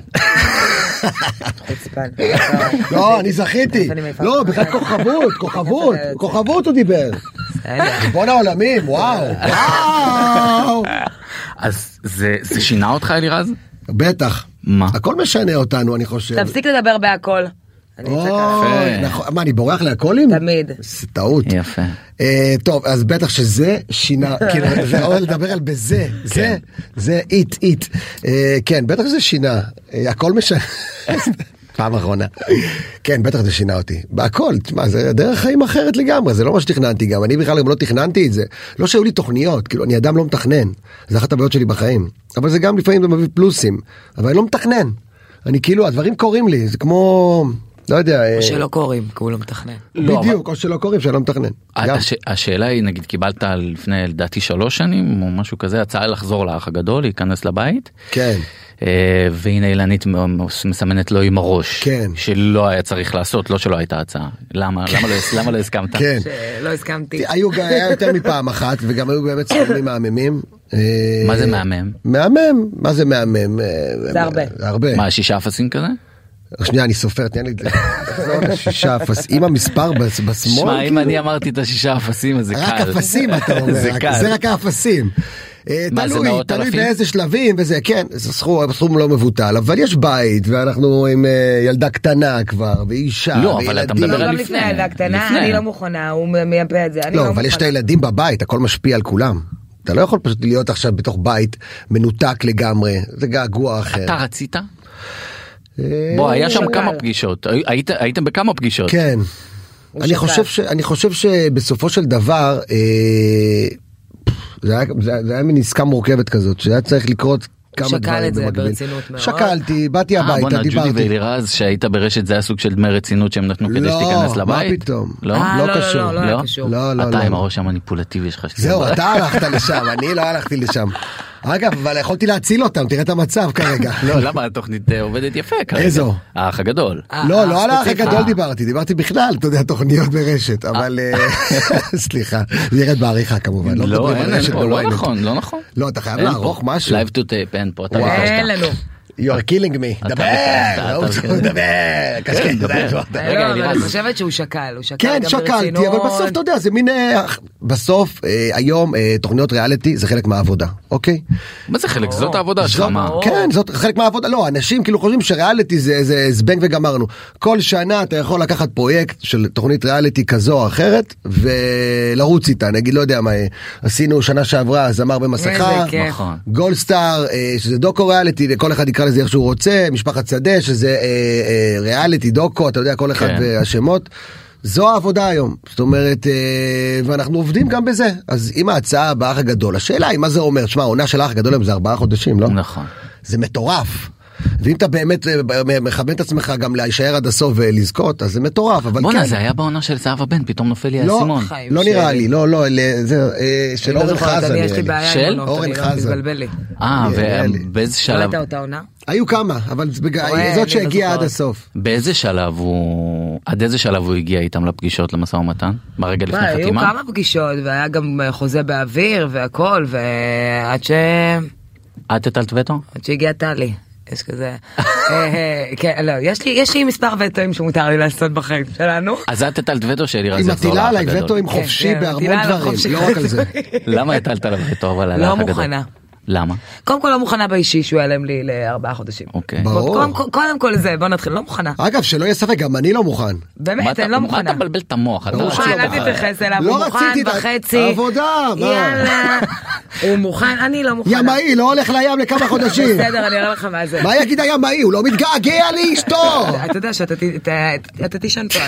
לא, אני זכיתי. לא, בכלל כוכבות, כוכבות, כוכבות הוא דיבר. בוא לעולמים, וואו, וואו. אז זה שינה אותך אלירז? בטח. מה? הכל משנה אותנו, אני חושב. תפסיק לדבר בהכל. מה, אני בורח להקולים? תמיד. זה טעות. יפה. טוב, אז בטח שזה שינה, זה או לדבר על בזה, זה, זה איט, איט. כן, בטח זה שינה, הכל משנה. פעם אחרונה. כן, בטח זה שינה אותי. בהכל, תשמע, זה דרך חיים אחרת לגמרי, זה לא מה שתכננתי גם. אני בכלל גם לא תכננתי את זה. לא שהיו לי תוכניות, כאילו, אני אדם לא מתכנן. זה אחת הבעיות שלי בחיים. אבל זה גם לפעמים זה מביא פלוסים. אבל אני לא מתכנן. אני כאילו, הדברים קורים לי, זה כמו... לא יודע. או שלא קוראים, כי הוא לא מתכנן. בדיוק, או שלא קוראים, שלא מתכנן. השאלה היא, נגיד, קיבלת לפני, לדעתי, שלוש שנים, או משהו כזה, הצעה לחזור לאח הגדול, להיכנס לבית. כן. והנה אילנית מסמנת לו עם הראש. כן. שלא היה צריך לעשות, לא שלא הייתה הצעה. למה? למה לא הסכמת? כן. שלא הסכמתי. היו יותר מפעם אחת, וגם היו באמת ספרים מהממים. מה זה מהמם? מהמם? מה זה מהמם? זה הרבה. זה הרבה. מה, שישה אפסים כזה? שנייה, אני סופר, תן לי את זה. שישה אפסים, עם המספר בשמאל. שמע, אם אני אמרתי את השישה אפסים, אז זה קל. רק אפסים, אתה אומר. זה רק האפסים. תלוי, תלוי באיזה שלבים וזה, כן, זה סכום לא מבוטל, אבל יש בית, ואנחנו עם ילדה קטנה כבר, ואישה, לא, אבל אתה מדבר על לפני. ילדה קטנה, אני לא מוכנה, הוא מייפה את זה, אני לא מוכנה. לא, אבל יש את הילדים בבית, הכל משפיע על כולם. אתה לא יכול פשוט להיות עכשיו בתוך בית מנותק לגמרי, זה געגוע אחר. אתה רצית? בוא, היה שם כמה פגישות, הייתם בכמה פגישות. כן. אני חושב שבסופו של דבר, זה היה, זה היה מין עסקה מורכבת כזאת, שהיה צריך לקרות כמה דברים. שקל את זה ברצינות מאוד. שקלתי, באתי הביתה, דיברתי. ג'ודי ואלירז שהיית ברשת, זה היה סוג של דמי רצינות שהם נתנו כדי שתיכנס לבית? לא, מה פתאום? לא? לא קשור. לא קשור. אתה עם הראש המניפולטיבי שלך. זהו, אתה הלכת לשם, אני לא הלכתי לשם. אגב, אבל יכולתי להציל אותם, תראה את המצב כרגע. לא, למה התוכנית עובדת יפה כרגע? איזו? האח הגדול. לא, לא על האח הגדול דיברתי, דיברתי בכלל, אתה יודע, תוכניות ברשת, אבל סליחה, זה ירד בעריכה כמובן. לא, לא נכון, לא נכון. לא, אתה חייב לערוך משהו. Live to tape, אין פה, אתה ביקשת. אין לנו. You are killing me. דבר, דבר, קשקש, דבר. אני חושבת שהוא שקל, הוא שקל כן, גם שקלתי, אבל בסוף אתה יודע, זה מין, בסוף היום תוכניות ריאליטי זה חלק מהעבודה, אוקיי? מה זה חלק? זאת העבודה שלך, מה? כן, זאת חלק מהעבודה, לא, אנשים כאילו חושבים שריאליטי זה זבנג וגמרנו. כל שנה אתה יכול לקחת פרויקט של תוכנית ריאליטי כזו או אחרת, ולרוץ איתה, נגיד, לא יודע מה, עשינו שנה שעברה זמר במסכה, גולדסטאר, שזה דוקו ריאליטי, כל אחד יקרא לזה איך שהוא רוצה, משפחת שדה, שזה אה, אה, ריאליטי, דוקו, אתה יודע, כל אחד כן. והשמות. זו העבודה היום. זאת אומרת, אה, ואנחנו עובדים גם בזה. אז עם ההצעה באח הגדול, השאלה היא מה זה אומר? שמה, העונה של האח הגדול היום זה ארבעה חודשים, לא? נכון. זה מטורף. ואם אתה באמת מכוון את עצמך גם להישאר עד הסוף ולזכות, אז זה מטורף, אבל בונה, כן. זה היה בעונה של זהבה בן, פתאום נופל לי האסימון. לא נראה לי, לא, לא, זה של אורן חזה. של אורן חזה. אה, ובאיזה שלב? היו כמה, אבל זאת שהגיעה עד הסוף. באיזה שלב הוא, עד איזה שלב הוא הגיע איתם לפגישות, למשא ומתן? ברגע לפני חתימה? היו כמה פגישות, והיה גם חוזה באוויר והכל, ועד ש... את הטלת וטו? עד שהגיע טלי. יש כזה, כן, לא, יש לי מספר וטואים שמותר לי לעשות בחיים שלנו. אז את הטלת וטו שאלירז היא יחזור מטילה לאח עליי הגדול. וטואים חופשי בהרמון דברים, לא רק על זה. למה הטלת עליו וטו אבל על לא האח הגדול? מוכנה. למה? קודם כל לא מוכנה באישי שהוא ילם לי לארבעה חודשים. אוקיי. ברור. קודם כל זה, בוא נתחיל, לא מוכנה. אגב, שלא יהיה ספק, גם אני לא מוכן. באמת, אני לא מוכנה. מה אתה מבלבל את המוח? הוא מוכן, אל תתייחס אליו, הוא מוכן בחצי. עבודה, מה? יאללה. הוא מוכן, אני לא מוכנה. ימאי, לא הולך לים לכמה חודשים. בסדר, אני אראה לך מה זה. מה יגיד הימאי? הוא לא מתגעגע לאשתו. אתה יודע שאתה תישן פה.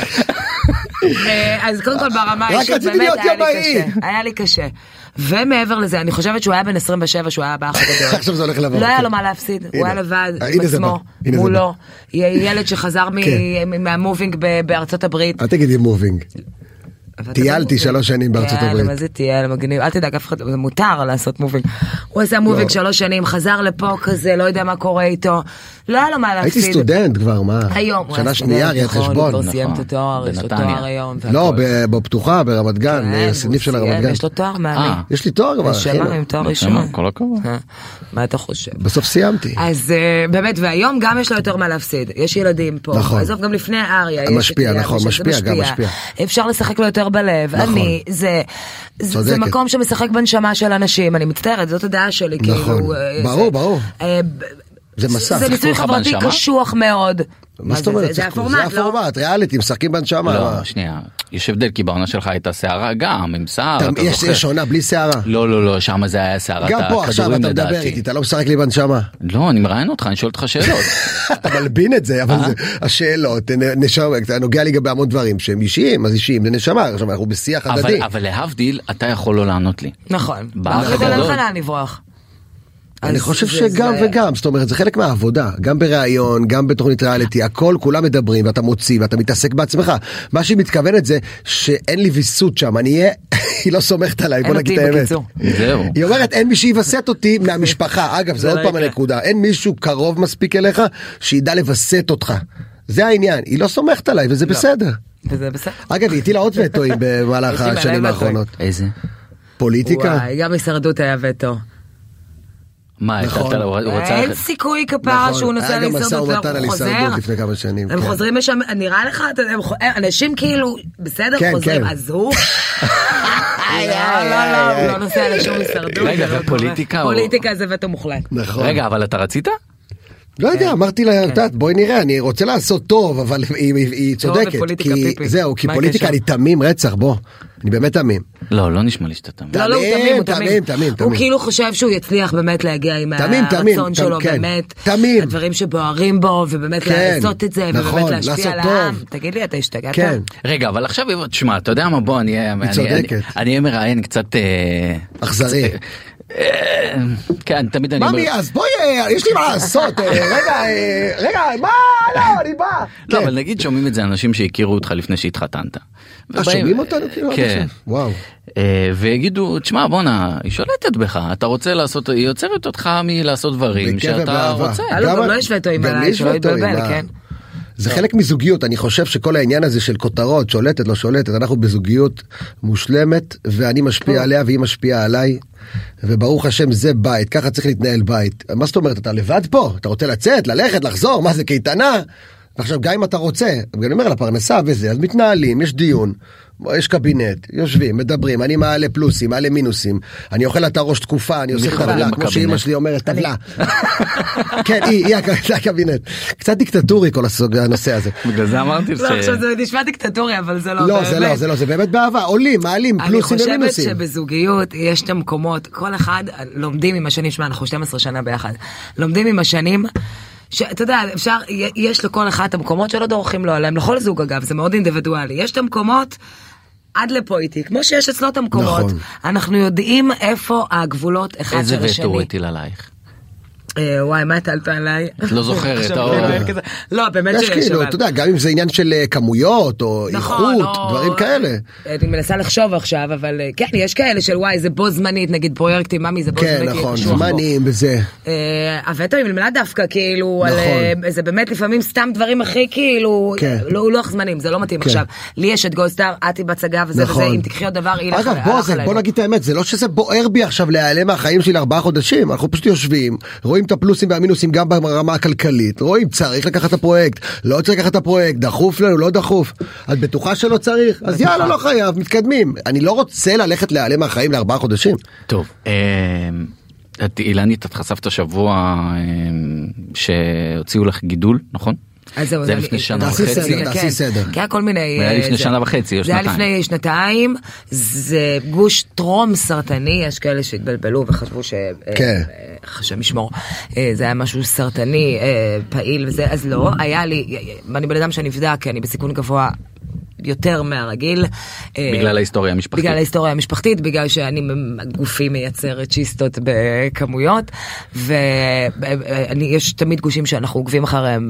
אז קודם כל ברמה האישית, רציתי להיות ימאי. היה לי קשה. ומעבר לזה, אני חושבת שהוא היה בן עשרים ושבע, שהוא היה באח הגדול. עכשיו זה הולך לבוא. לא היה לו מה להפסיד, הוא היה לבד, עם עצמו, מולו. ילד שחזר מהמובינג בארצות הברית. אל תגידי מובינג. טיילתי שלוש שנים בארצות הברית. מה זה טייל, מגניב, אל תדאג, אף אחד, זה מותר לעשות מובינג. הוא עשה מובינג שלוש שנים, חזר לפה כזה, לא יודע מה קורה איתו, לא היה לו מה להפסיד. הייתי סטודנט כבר, מה? היום. שנה שנייה, ראיית חשבון. הוא סיים את התואר, יש לו תואר היום. לא, בפתוחה, ברמת גן, סניף של הרמת גן. יש לו תואר מעניין. יש לי תואר כבר. נשמה עם תואר ראשון. כל הכבוד. מה אתה חושב? בסוף סיימתי. אז באמת, והיום גם יש לו יותר מה להפסיד. יש ילדים פה. נכון. עזוב, גם לפני אריה. משפיע, נכון, משפיע, גם משפיע. אפשר לשחק לו יותר בלב. אני, זה, זה מקום שמשחק בנשמה של אנשים. אני מצטערת, זאת הדעה שלי. נכון. ברור, ברור. זה מסע. זה ניסוי חברתי קשוח מאוד. מה זאת אומרת? זה הפורמט, זה הפורמט, ריאליטי, משחקים בנשמה. לא, שנייה. יש הבדל, כי בעונה שלך הייתה שערה גם, עם שיער. יש עונה בלי שערה. לא, לא, לא, שם זה היה שערת הכדורים לדעתי. גם פה עכשיו אתה מדבר איתי, אתה לא משחק לי בנשמה. לא, אני מראיין אותך, אני שואל אותך שאלות. אתה מלבין את זה, אבל השאלות, נשמה, אתה נוגע לי גם בהמון דברים שהם אישיים, אז אישיים, זה נשמה, אנחנו בשיח הדדי. אבל להבדיל, אתה יכול לא לענות לי. נכון. באח הגדול. הגדול. אין לך לאן לברוח. אני חושב שגם וגם, זאת אומרת, זה חלק מהעבודה, גם בראיון, גם בתוכנית ריאליטי, הכל, כולם מדברים, ואתה מוציא, ואתה מתעסק בעצמך. מה שהיא מתכוונת זה שאין לי ויסות שם, אני אהיה, היא לא סומכת עליי, בוא נגיד את האמת. זהו. היא אומרת, אין מי שיווסת אותי מהמשפחה. אגב, זה עוד פעם הנקודה, אין מישהו קרוב מספיק אליך, שידע לווסת אותך. זה העניין, היא לא סומכת עליי, וזה בסדר. וזה בסדר. אגב, היא הטילה עוד וטואים במהלך השנים האחרונות. איזה? פוליטיקה. וואי, גם הישרדות היה וטו. מה, אין סיכוי כפרה שהוא נוסע להישרדות והוא חוזר. הם חוזרים משם, נראה לך, אנשים כאילו, בסדר, חוזרים, אז הוא... לא, לא, לא, הוא לא נוסע לשום הישרדות. רגע, ופוליטיקה... פוליטיקה זה וטו מוחלט. רגע, אבל אתה רצית? לא יודע, אמרתי לה, בואי נראה, אני רוצה לעשות טוב, אבל היא צודקת. זהו, כי פוליטיקה אני תמים רצח, בוא. אני באמת תמים. לא, לא נשמע לי שאתה תמים. לא, לא, הוא תמים, הוא תמים. תמים, הוא כאילו חושב שהוא יצליח באמת להגיע עם הרצון שלו, באמת. תמים. הדברים שבוערים בו, ובאמת לעשות את זה, ובאמת להשפיע על העם. תגיד לי, אתה השתגעת? כן. רגע, אבל עכשיו, תשמע, אתה יודע מה, בוא, אני אהיה מראיין קצת... אכזרי. כן, תמיד אני... ממי, אז בואי, יש לי מה לעשות, רגע, רגע, מה, לא, אני בא. לא, אבל נגיד שומעים את זה אנשים שהכירו אותך לפני שהתחתנת. שומעים אותנו כאילו? כן. וואו. ויגידו, תשמע, בונה, היא שולטת בך, אתה רוצה לעשות, היא יוצרת אותך מלעשות דברים שאתה רוצה. לא, לא יש וטואים עליי, שלא יתבלבל, כן. זה חלק מזוגיות, אני חושב שכל העניין הזה של כותרות, שולטת, לא שולטת, אנחנו בזוגיות מושלמת, ואני משפיע עליה והיא משפיעה עליי, וברוך השם זה בית, ככה צריך להתנהל בית. מה זאת אומרת, אתה לבד פה? אתה רוצה לצאת, ללכת, לחזור, מה זה קייטנה? ועכשיו גם אם אתה רוצה, אני אומר לפרנסה וזה, אז מתנהלים, יש דיון, יש קבינט, יושבים, מדברים, אני מעלה פלוסים, מעלה מינוסים, אני אוכל את הראש תקופה, אני עושה טבלה, כמו שאמא שלי אומרת, טבלה. כן, היא הקבינט. קצת דיקטטורי כל הנושא הזה. בגלל זה אמרתי ש... לא, עכשיו זה נשמע דיקטטורי, אבל זה לא באמת. לא, זה לא, זה לא, זה באמת באהבה, עולים, מעלים, פלוסים ומינוסים. אני חושבת שבזוגיות יש את המקומות, כל אחד לומדים עם השנים, שמה, אנחנו שתים עשרה שנה ביחד, לומדים עם השנים, שאתה יודע, אפשר, יש לכל אחד את המקומות שלא דורכים לו עליהם, לכל זוג אגב, זה מאוד אינדיבידואלי, יש את המקומות עד לפה איתי, כמו שיש אצלו את המקומות, אנחנו יודעים איפה הגבולות אחד של השני. איזה וטו הטיל עלייך? וואי, מה הטלת עליי? את לא זוכרת. לא, באמת שיש. יש כאילו, אתה יודע, גם אם זה עניין של כמויות או איכות, דברים כאלה. אני מנסה לחשוב עכשיו, אבל כן, יש כאלה של וואי, זה בו זמנית, נגיד פרויקטים, ממי זה בו זמנית. כן, נכון, זמנים וזה. הווטו עם למלה דווקא, כאילו, זה באמת לפעמים סתם דברים הכי כאילו, לוח זמנים, זה לא מתאים עכשיו. לי יש את גולדסטאר, עתי בצגה וזה וזה, אם תקחי עוד דבר, אגב, בוא נגיד את האמת, זה לא שזה בוער בי עכשיו להיעלם מהחיים שלי ארבעה חודשים, אנחנו פשוט יושבים, רואים את הפלוסים והמינוסים גם ברמה הכלכלית, רואים, צריך לקחת את הפרויקט, לא צריך לקחת את הפרויקט, דחוף לנו, לא דחוף, את בטוחה שלא צריך, אז יאללה, לא חייב, מתקדמים. אני לא רוצה ללכת להיעלם מהחיים לארבעה חודשים. טוב, אילנית, את חשפת שבוע שהוציאו לך גידול, נכון? זה לפני שנה וחצי. תעשי סדר. כי היה כל מיני... זה היה לפני שנה וחצי, או שנתיים. זה היה לפני שנתיים, זה גוש טרום סרטני, יש כאלה שהתבלבלו וחשבו שחשב משמור, זה היה משהו סרטני, פעיל וזה, אז לא, היה לי, ואני בן אדם שנבדק, כי אני בסיכון גבוה יותר מהרגיל. בגלל ההיסטוריה המשפחתית. בגלל ההיסטוריה המשפחתית, בגלל שאני גופי מייצרת צ'יסטות בכמויות, ויש תמיד גושים שאנחנו עוקבים אחריהם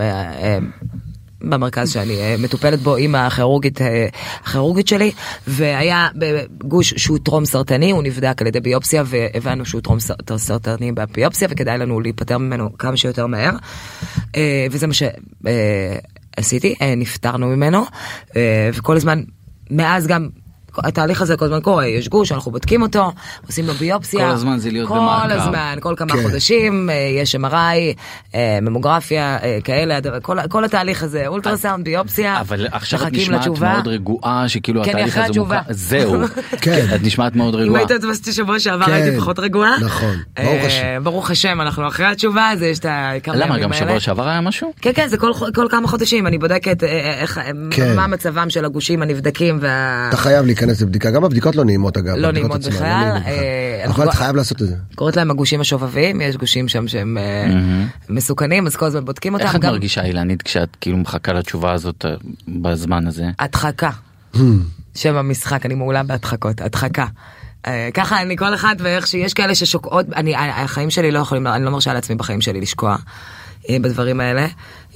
במרכז שאני מטופלת בו עם הכירורגית, הכירורגית שלי, והיה גוש שהוא טרום סרטני, הוא נבדק על ידי ביופסיה, והבנו שהוא טרום סרטני בביופסיה, וכדאי לנו להיפטר ממנו כמה שיותר מהר, וזה מה ש... עשיתי, נפטרנו ממנו, וכל הזמן, מאז גם, התהליך הזה כל הזמן קורה, יש גוש, אנחנו בודקים אותו, עושים לו ביופסיה. כל הזמן זה להיות במעקב. כל הזמן, כל כמה חודשים, יש אם אר איי, ממוגרפיה, כאלה, כל התהליך הזה, אולטרסאונד, ביופסיה, אבל עכשיו את נשמעת מאוד רגועה, שכאילו התהליך הזה מוכר, זהו, את נשמעת מאוד רגועה. אם היית תבסתי שבוע שעבר, הייתי פחות רגועה. נכון, ברוך השם. ברוך השם, אנחנו אחרי התשובה, אז יש את הכמה ימים האלה. למה, גם שבוע שעבר היה משהו? כן, כן, זה כל כמה חודשים, אני בודקת מה מצבם של הגושים הנבדקים. אתה חייב להיכנס לבדיקה, גם הבדיקות לא נעימות אגב. לא נעימות בכלל. אבל אתה חייב לעשות את זה. קוראת להם הגושים השובבים, יש גושים שם שהם מסוכנים, אז כל הזמן בודקים אותם. איך את מרגישה אילנית כשאת כאילו מחכה לתשובה הזאת בזמן הזה? הדחקה. שם המשחק, אני מעולה בהדחקות, הדחקה. ככה אני כל אחד ואיך שיש כאלה ששוקעות, החיים שלי לא יכולים, אני לא מרשה לעצמי בחיים שלי לשקוע בדברים האלה.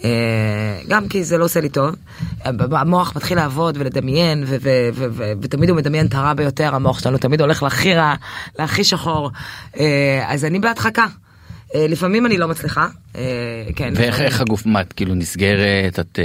גם כי זה לא עושה לי טוב, המוח מתחיל לעבוד ולדמיין, ותמיד הוא מדמיין את הרע ביותר, המוח שלנו תמיד הולך להכי רע, להכי שחור, אז אני בהדחקה. לפעמים אני לא מצליחה. ואיך הגוף, מה, את כאילו נסגרת, את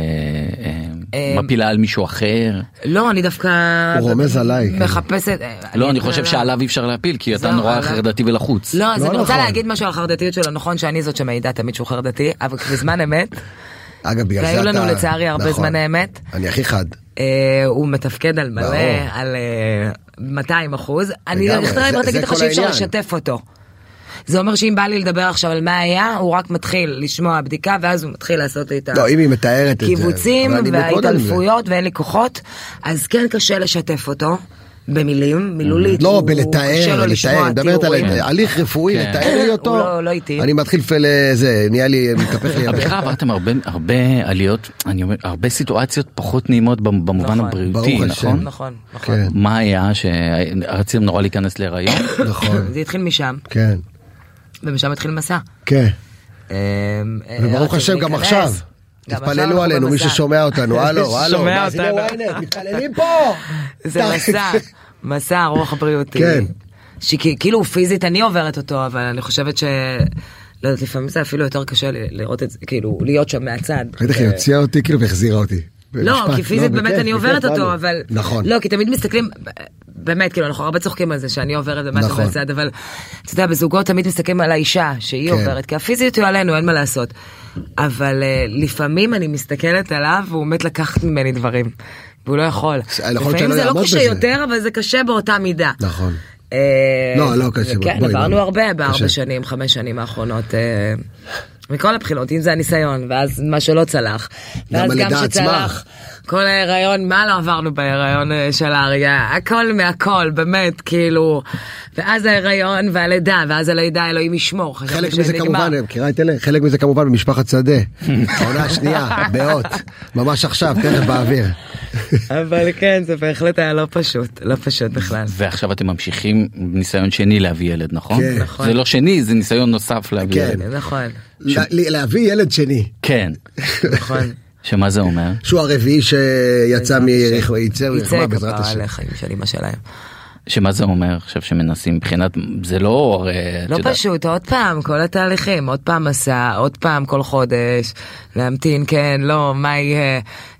מפילה על מישהו אחר? לא, אני דווקא רומז עליי. מחפשת. לא, אני חושב שעליו אי אפשר להפיל, כי אתה נורא חרדתי ולחוץ. לא, אז אני רוצה להגיד משהו על חרדתיות שלו, נכון שאני זאת שמעידה תמיד שהוא חרדתי, אבל בזמן אמת, אגב, בגלל זה אתה... והיו לנו לצערי הרבה זמן אמת. אני הכי חד. הוא מתפקד על מלא, על מאתיים אחוז. אני אכתראה תגיד לך שאי אפשר לשתף אותו. זה אומר שאם בא לי לדבר עכשיו על מה היה, הוא רק מתחיל לשמוע בדיקה, ואז הוא מתחיל לעשות לי את הקיבוצים וההתעלפויות, ואין לי כוחות, אז כן קשה לשתף אותו. במילים, מילולית. לא, בלתאר, לתאר, מדברת על הליך רפואי, לתאר לי אותו. הוא לא איתי. אני מתחיל לזה, נהיה לי, מתהפך לי. אבל איך עברתם הרבה עליות, אני אומר, הרבה סיטואציות פחות נעימות במובן הבריאותי, נכון? נכון, נכון. מה היה שרציתם נורא להיכנס להיריון? נכון. זה התחיל משם. כן. ומשם התחיל מסע. כן. וברוך השם גם עכשיו. תתפללו עלינו, מי ששומע אותנו, הלו, הלו, שומע אותנו. מתפללים פה. זה מסע, מסע רוח בריאותי. כן. שכאילו פיזית אני עוברת אותו, אבל אני חושבת ש... לא יודעת, לפעמים זה אפילו יותר קשה לראות את זה, כאילו, להיות שם מהצד. ראית איך היא הוציאה אותי, כאילו, והחזירה אותי. לא, כי פיזית באמת אני עוברת אותו, אבל... נכון. לא, כי תמיד מסתכלים... באמת, כאילו, אנחנו הרבה צוחקים על זה שאני עוברת במשהו מהצד, אבל אתה יודע, בזוגות תמיד מסתכלים על האישה שהיא עוברת, כי הפיזיות היא עלינו, אין מה לעשות. אבל לפעמים אני מסתכלת עליו, והוא מת לקחת ממני דברים, והוא לא יכול. לפעמים זה לא קשה יותר, אבל זה קשה באותה מידה. נכון. לא, לא קשה. כן, עברנו הרבה בארבע שנים, חמש שנים האחרונות, מכל הבחינות, אם זה הניסיון, ואז מה שלא צלח, ואז גם שצלח, כל ההיריון, מה לא עברנו בהיריון של האריה, הכל מהכל, באמת, כאילו, ואז ההיריון והלידה, ואז הלידה אלוהים ישמור. חלק מזה כמובן, מכירה את אלה? חלק מזה כמובן במשפחת שדה, העונה השנייה, באות, ממש עכשיו, תכף באוויר. אבל כן, זה בהחלט היה לא פשוט, לא פשוט בכלל. ועכשיו אתם ממשיכים ניסיון שני להביא ילד, נכון? כן. זה לא שני, זה ניסיון נוסף להביא ילד. כן, נכון. להביא ילד שני. כן. נכון. שמה זה אומר? שהוא הרביעי שיצא מרחמה, ייצא רחמה בעזרת השם. ייצא כבר של אמא שלהם. שמה זה אומר עכשיו שמנסים מבחינת, זה לא... לא פשוט, עוד פעם, כל התהליכים, עוד פעם מסע, עוד פעם כל חודש, להמתין, כן, לא, מה יהיה,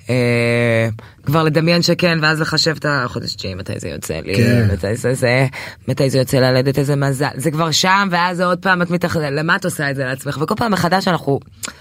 כבר לדמיין שכן, ואז לחשב את החודש תשיעי, מתי זה יוצא לי, מתי זה זה, מתי זה יוצא ללדת איזה מזל, זה כבר שם, ואז עוד פעם את מתחדדת, למה את עושה את זה לעצמך, וכל פעם מחדש אנחנו...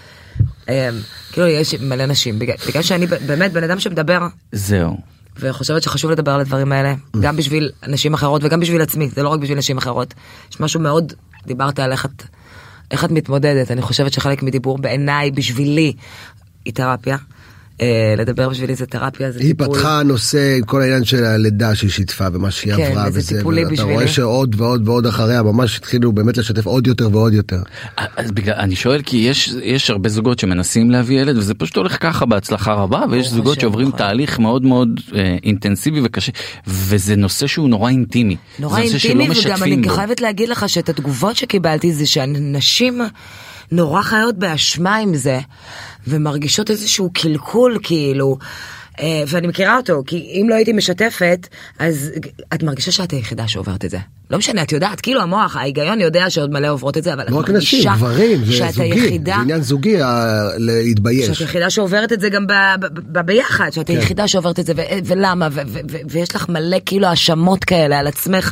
כאילו יש מלא נשים, בגלל שאני באמת בן אדם שמדבר, זהו, וחושבת שחשוב לדבר על הדברים האלה, גם בשביל נשים אחרות וגם בשביל עצמי, זה לא רק בשביל נשים אחרות, יש משהו מאוד, דיברת על איך את, איך את מתמודדת, אני חושבת שחלק מדיבור בעיניי, בשבילי, היא תרפיה, לדבר בשבילי זה תרפיה, זה היא טיפול. היא פתחה נושא, כל העניין של הלידה שהיא שיתפה ומה שהיא כן, עברה וזה וזה, טיפולי ואתה בשבילי. רואה שעוד ועוד ועוד אחריה, ממש התחילו באמת לשתף עוד יותר ועוד יותר. אז בגלל, אני שואל כי יש, יש הרבה זוגות שמנסים להביא ילד וזה פשוט הולך ככה בהצלחה רבה, ויש זוגות שעוברים תהליך מאוד מאוד אה, אינטנסיבי וקשה, וזה נושא שהוא נורא אינטימי. נורא אינטימי, וגם אני חייבת להגיד לך שאת התגובות שקיבלתי זה שאנשים נורא חיות באשמה עם זה, ומרגישות איזשהו קלקול כאילו, ואני מכירה אותו, כי אם לא הייתי משתפת, אז את מרגישה שאת היחידה שעוברת את זה. לא משנה, את יודעת, כאילו המוח, ההיגיון יודע שעוד מלא עוברות את זה, אבל את מרגישה שאת היחידה, זה עניין זוגי להתבייש. שאת היחידה שעוברת את זה גם ביחד, שאת היחידה שעוברת את זה, ולמה, ויש לך מלא כאילו האשמות כאלה על עצמך,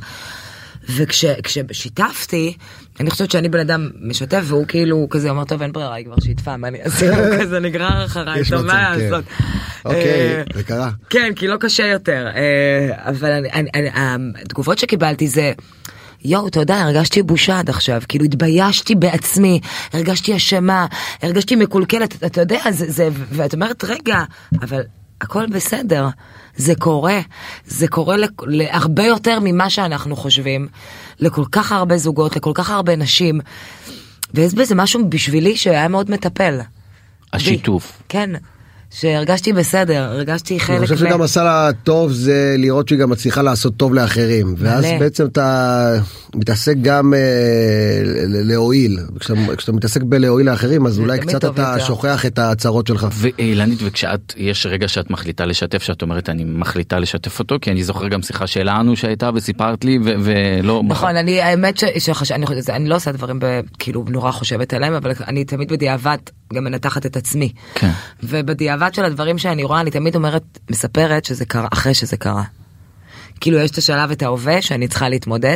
וכששיתפתי, אני חושבת שאני בן אדם משתף, והוא כאילו כזה אומר, טוב, אין ברירה, היא כבר שיתפה, מה אני אעשה? הוא כזה נגרר אחריי, טוב, מה לעשות? אוקיי, זה קרה. כן, כי לא קשה יותר. אבל התגובות שקיבלתי זה, יואו, אתה יודע, הרגשתי בושה עד עכשיו, כאילו התביישתי בעצמי, הרגשתי אשמה, הרגשתי מקולקלת, אתה יודע, ואת אומרת, רגע, אבל הכל בסדר. זה קורה, זה קורה להרבה יותר ממה שאנחנו חושבים, לכל כך הרבה זוגות, לכל כך הרבה נשים, ויש בזה משהו בשבילי שהיה מאוד מטפל. השיתוף. כן, שהרגשתי בסדר, הרגשתי חלק... אני חושב שגם עשה לה טוב זה לראות שהיא גם מצליחה לעשות טוב לאחרים, ואז בעצם אתה מתעסק גם להועיל, כשאתה מתעסק בלהועיל לאחרים, אז אולי קצת אתה שוכח את הצרות שלך. ואילנית, וכשאת, יש רגע שאת מחליטה לשתף, שאת אומרת אני מחליטה לשתף אותו, כי אני זוכר גם שיחה שלנו שהייתה וסיפרת לי, ולא... נכון, אני, האמת שאני לא עושה דברים כאילו נורא חושבת עליהם, אבל אני תמיד בדיעבד גם מנתחת את עצמי. כן. ובדיעבד של הדברים שאני רואה, אני תמיד אומרת, מספרת שזה קרה, אחרי שזה קרה. כאילו יש את השלב את ההווה שאני צריכה להתמודד,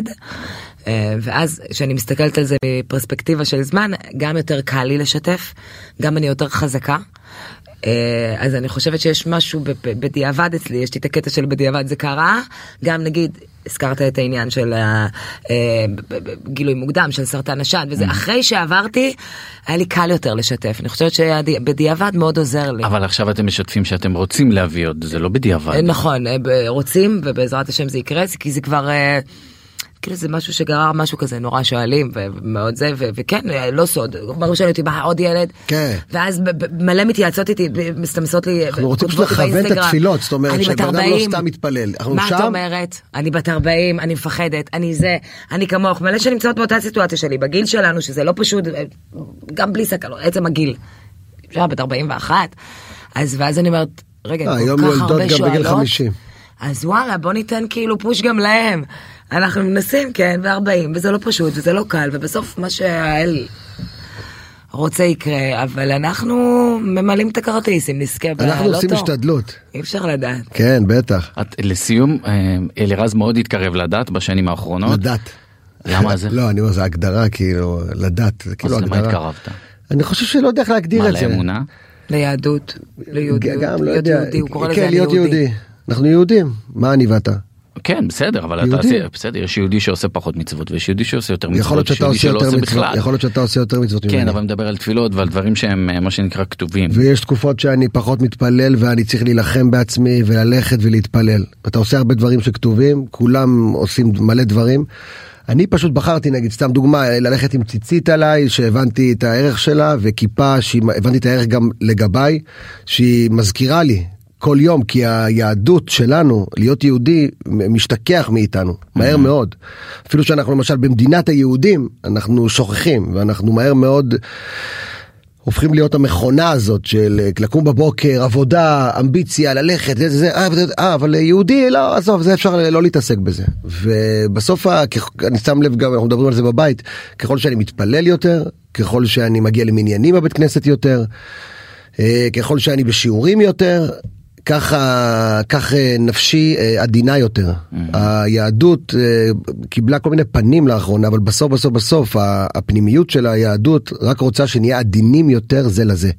ואז כשאני מסתכלת על זה בפרספקטיבה של זמן, גם יותר קל לי לשתף, גם אני יותר חזקה. אז אני חושבת שיש משהו בדיעבד אצלי, יש לי את הקטע של בדיעבד זה קרה, גם נגיד, הזכרת את העניין של גילוי מוקדם, של סרטן השד, וזה אחרי שעברתי, היה לי קל יותר לשתף. אני חושבת שבדיעבד מאוד עוזר לי. אבל עכשיו אתם משתפים שאתם רוצים להביא עוד, זה לא בדיעבד. נכון, רוצים, ובעזרת השם זה יקרה, כי זה כבר... כאילו זה משהו שגרר משהו כזה, נורא שואלים, ומאוד זה, וכן, לא סוד, ברור שאני אותי, מה, עוד ילד? כן. ואז מלא מתייעצות איתי, מסתמסות לי, אנחנו רוצים פשוט לכוון את התפילות, זאת אומרת, שבן אדם לא סתם מתפלל. מה את אומרת? אני בת ארבעים, אני מפחדת, אני זה, אני כמוך, מלא שנמצאות באותה סיטואציה שלי, בגיל שלנו, שזה לא פשוט, גם בלי סכנות, עצם הגיל, אפשר בת ארבעים ואחת, אז ואז אני אומרת, רגע, כל כך הרבה שואלות, אז וואלה, בוא ניתן כאילו פוש גם להם. אנחנו מנסים, כן, ו-ארבעים, וזה לא פשוט, וזה לא קל, ובסוף מה שהאל רוצה יקרה, אבל אנחנו ממלאים את הכרטיס, אם נזכה בלוטו. אנחנו עושים השתדלות. אי אפשר לדעת. כן, בטח. את, לסיום, אלירז מאוד התקרב לדת בשנים האחרונות. לדת. למה זה? לא, אני אומר, זה הגדרה, כאילו, לדת. אז למה התקרבת? אני חושב שלא יודע איך להגדיר את זה. מה, לאמונה? ליהדות, ליהודי. גם, לא יודע. הוא קורא לזה כן, להיות יהודי. אנחנו יהודים. מה אני ואתה? כן, בסדר, אבל אתה עושה, בסדר, יש יהודי שעושה פחות מצוות, ויש יהודי שעושה יותר מצוות, יש יהודי שלא עושה בכלל. יכול להיות שאתה עושה יותר מצוות ממני. כן, אבל מדבר על תפילות ועל דברים שהם, מה שנקרא, כתובים. ויש תקופות שאני פחות מתפלל, ואני צריך להילחם בעצמי, וללכת ולהתפלל. אתה עושה הרבה דברים שכתובים, כולם עושים מלא דברים. אני פשוט בחרתי, נגיד, סתם דוגמה, ללכת עם ציצית עליי, שהבנתי את הערך שלה, וכיפה, שהבנתי את הערך גם לגביי, שהיא מזכירה לי, כל יום, כי היהדות שלנו, להיות יהודי, משתכח מאיתנו, מהר מאוד. אפילו שאנחנו למשל במדינת היהודים, אנחנו שוכחים, ואנחנו מהר מאוד הופכים להיות המכונה הזאת של לקום בבוקר, עבודה, אמביציה, ללכת, זה, זה, אה, אה, אבל יהודי, לא, עזוב, זה אפשר לא להתעסק בזה. ובסוף, אני שם לב גם, אנחנו מדברים על זה בבית, ככל שאני מתפלל יותר, ככל שאני מגיע למניינים בבית כנסת יותר, ככל שאני בשיעורים יותר, ככה, כך נפשי עדינה יותר. היהדות קיבלה כל מיני פנים לאחרונה, אבל בסוף, בסוף, בסוף, הפנימיות של היהדות רק רוצה שנהיה עדינים יותר זה לזה.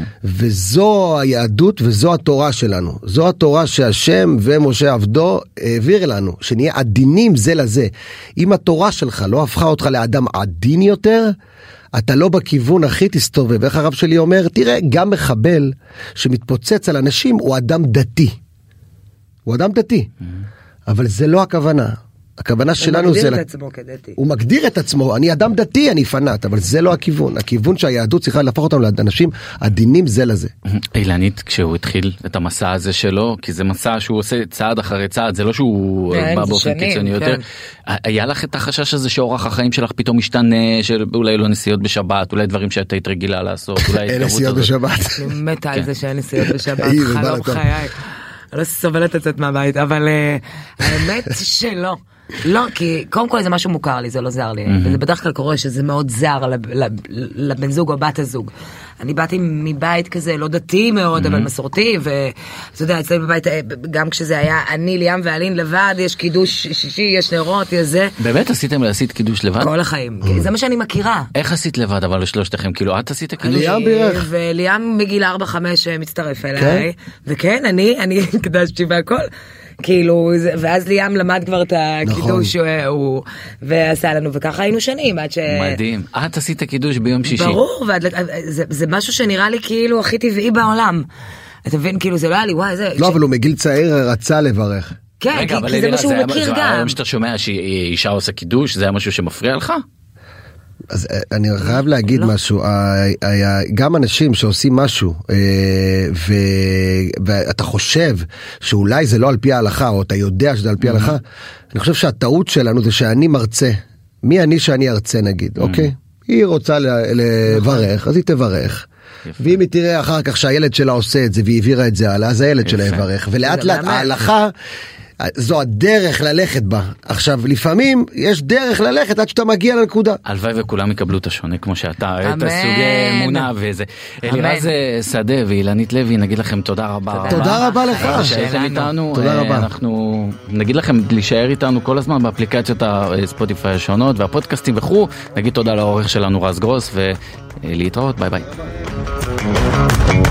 וזו היהדות וזו התורה שלנו. זו התורה שהשם ומשה עבדו העביר לנו, שנהיה עדינים זה לזה. אם התורה שלך לא הפכה אותך לאדם עדין יותר, אתה לא בכיוון הכי תסתובב. איך הרב שלי אומר, תראה, גם מחבל שמתפוצץ על אנשים הוא אדם דתי. הוא אדם דתי. אבל זה לא הכוונה. הכוונה שלנו זה... הוא מגדיר את עצמו כדתי. הוא מגדיר את עצמו, אני אדם דתי, אני פנאט, אבל זה לא הכיוון. הכיוון שהיהדות צריכה להפוך אותם לאנשים עדינים זה לזה. אילנית, כשהוא התחיל את המסע הזה שלו, כי זה מסע שהוא עושה צעד אחרי צעד, זה לא שהוא בא באופן קיצוני יותר. היה לך את החשש הזה שאורח החיים שלך פתאום משתנה, שאולי לא נסיעות בשבת, אולי דברים שאתה היית רגילה לעשות, אין נסיעות בשבת. אני מתה על זה שאין נסיעות בשבת, חלום חיי. לא סובלת לצאת מהבית, אבל האמת שלא. לא, כי קודם כל זה משהו מוכר לי, זה לא זר לי, וזה בדרך כלל קורה שזה מאוד זר לבן זוג או בת הזוג. אני באתי מבית כזה לא דתי מאוד, אבל מסורתי, ואתה יודע, אצלי בבית, גם כשזה היה אני, ליאם ואלין לבד, יש קידוש שישי, יש נרות, יש זה. באמת עשיתם לעשית קידוש לבד? כל החיים, זה מה שאני מכירה. איך עשית לבד, אבל לשלושתכם, כאילו את עשית קידוש? ליאם בירך. וליאם בגיל ארבע חמש מצטרף אליי, וכן, אני, אני קדשתי והכל. כאילו, ואז ליאם למד כבר את הקידוש הוא, ועשה לנו, וככה היינו שנים עד ש... מדהים. את עשית קידוש ביום שישי. ברור, זה משהו שנראה לי כאילו הכי טבעי בעולם. אתה מבין, כאילו זה לא היה לי, וואי, זה... לא, אבל הוא מגיל צעיר רצה לברך. כן, כי זה מה שהוא מכיר גם. היום שאתה שומע שאישה עושה קידוש, זה היה משהו שמפריע לך? אז אני חייב להגיד משהו, גם אנשים שעושים משהו ואתה חושב שאולי זה לא על פי ההלכה, או אתה יודע שזה על פי ההלכה, אני חושב שהטעות שלנו זה שאני מרצה, מי אני שאני ארצה נגיד, אוקיי? היא רוצה לברך, אז היא תברך. ואם היא תראה אחר כך שהילד שלה עושה את זה והיא העבירה את זה הלאה, אז הילד שלה יברך, ולאט לאט ההלכה זו הדרך ללכת בה. עכשיו, לפעמים יש דרך ללכת עד שאתה מגיע לנקודה. הלוואי וכולם יקבלו את השונה כמו שאתה, את הסוגי אמונה וזה. אלירז שדה ואילנית לוי, נגיד לכם תודה רבה. תודה רבה לך. שהייתם איתנו. תודה רבה. אנחנו נגיד לכם להישאר איתנו כל הזמן באפליקציות הספוטיפיי השונות והפודקאסטים וכו'. נגיד תודה לעורך שלנו רז גרוס ולהתראות. ביי ביי.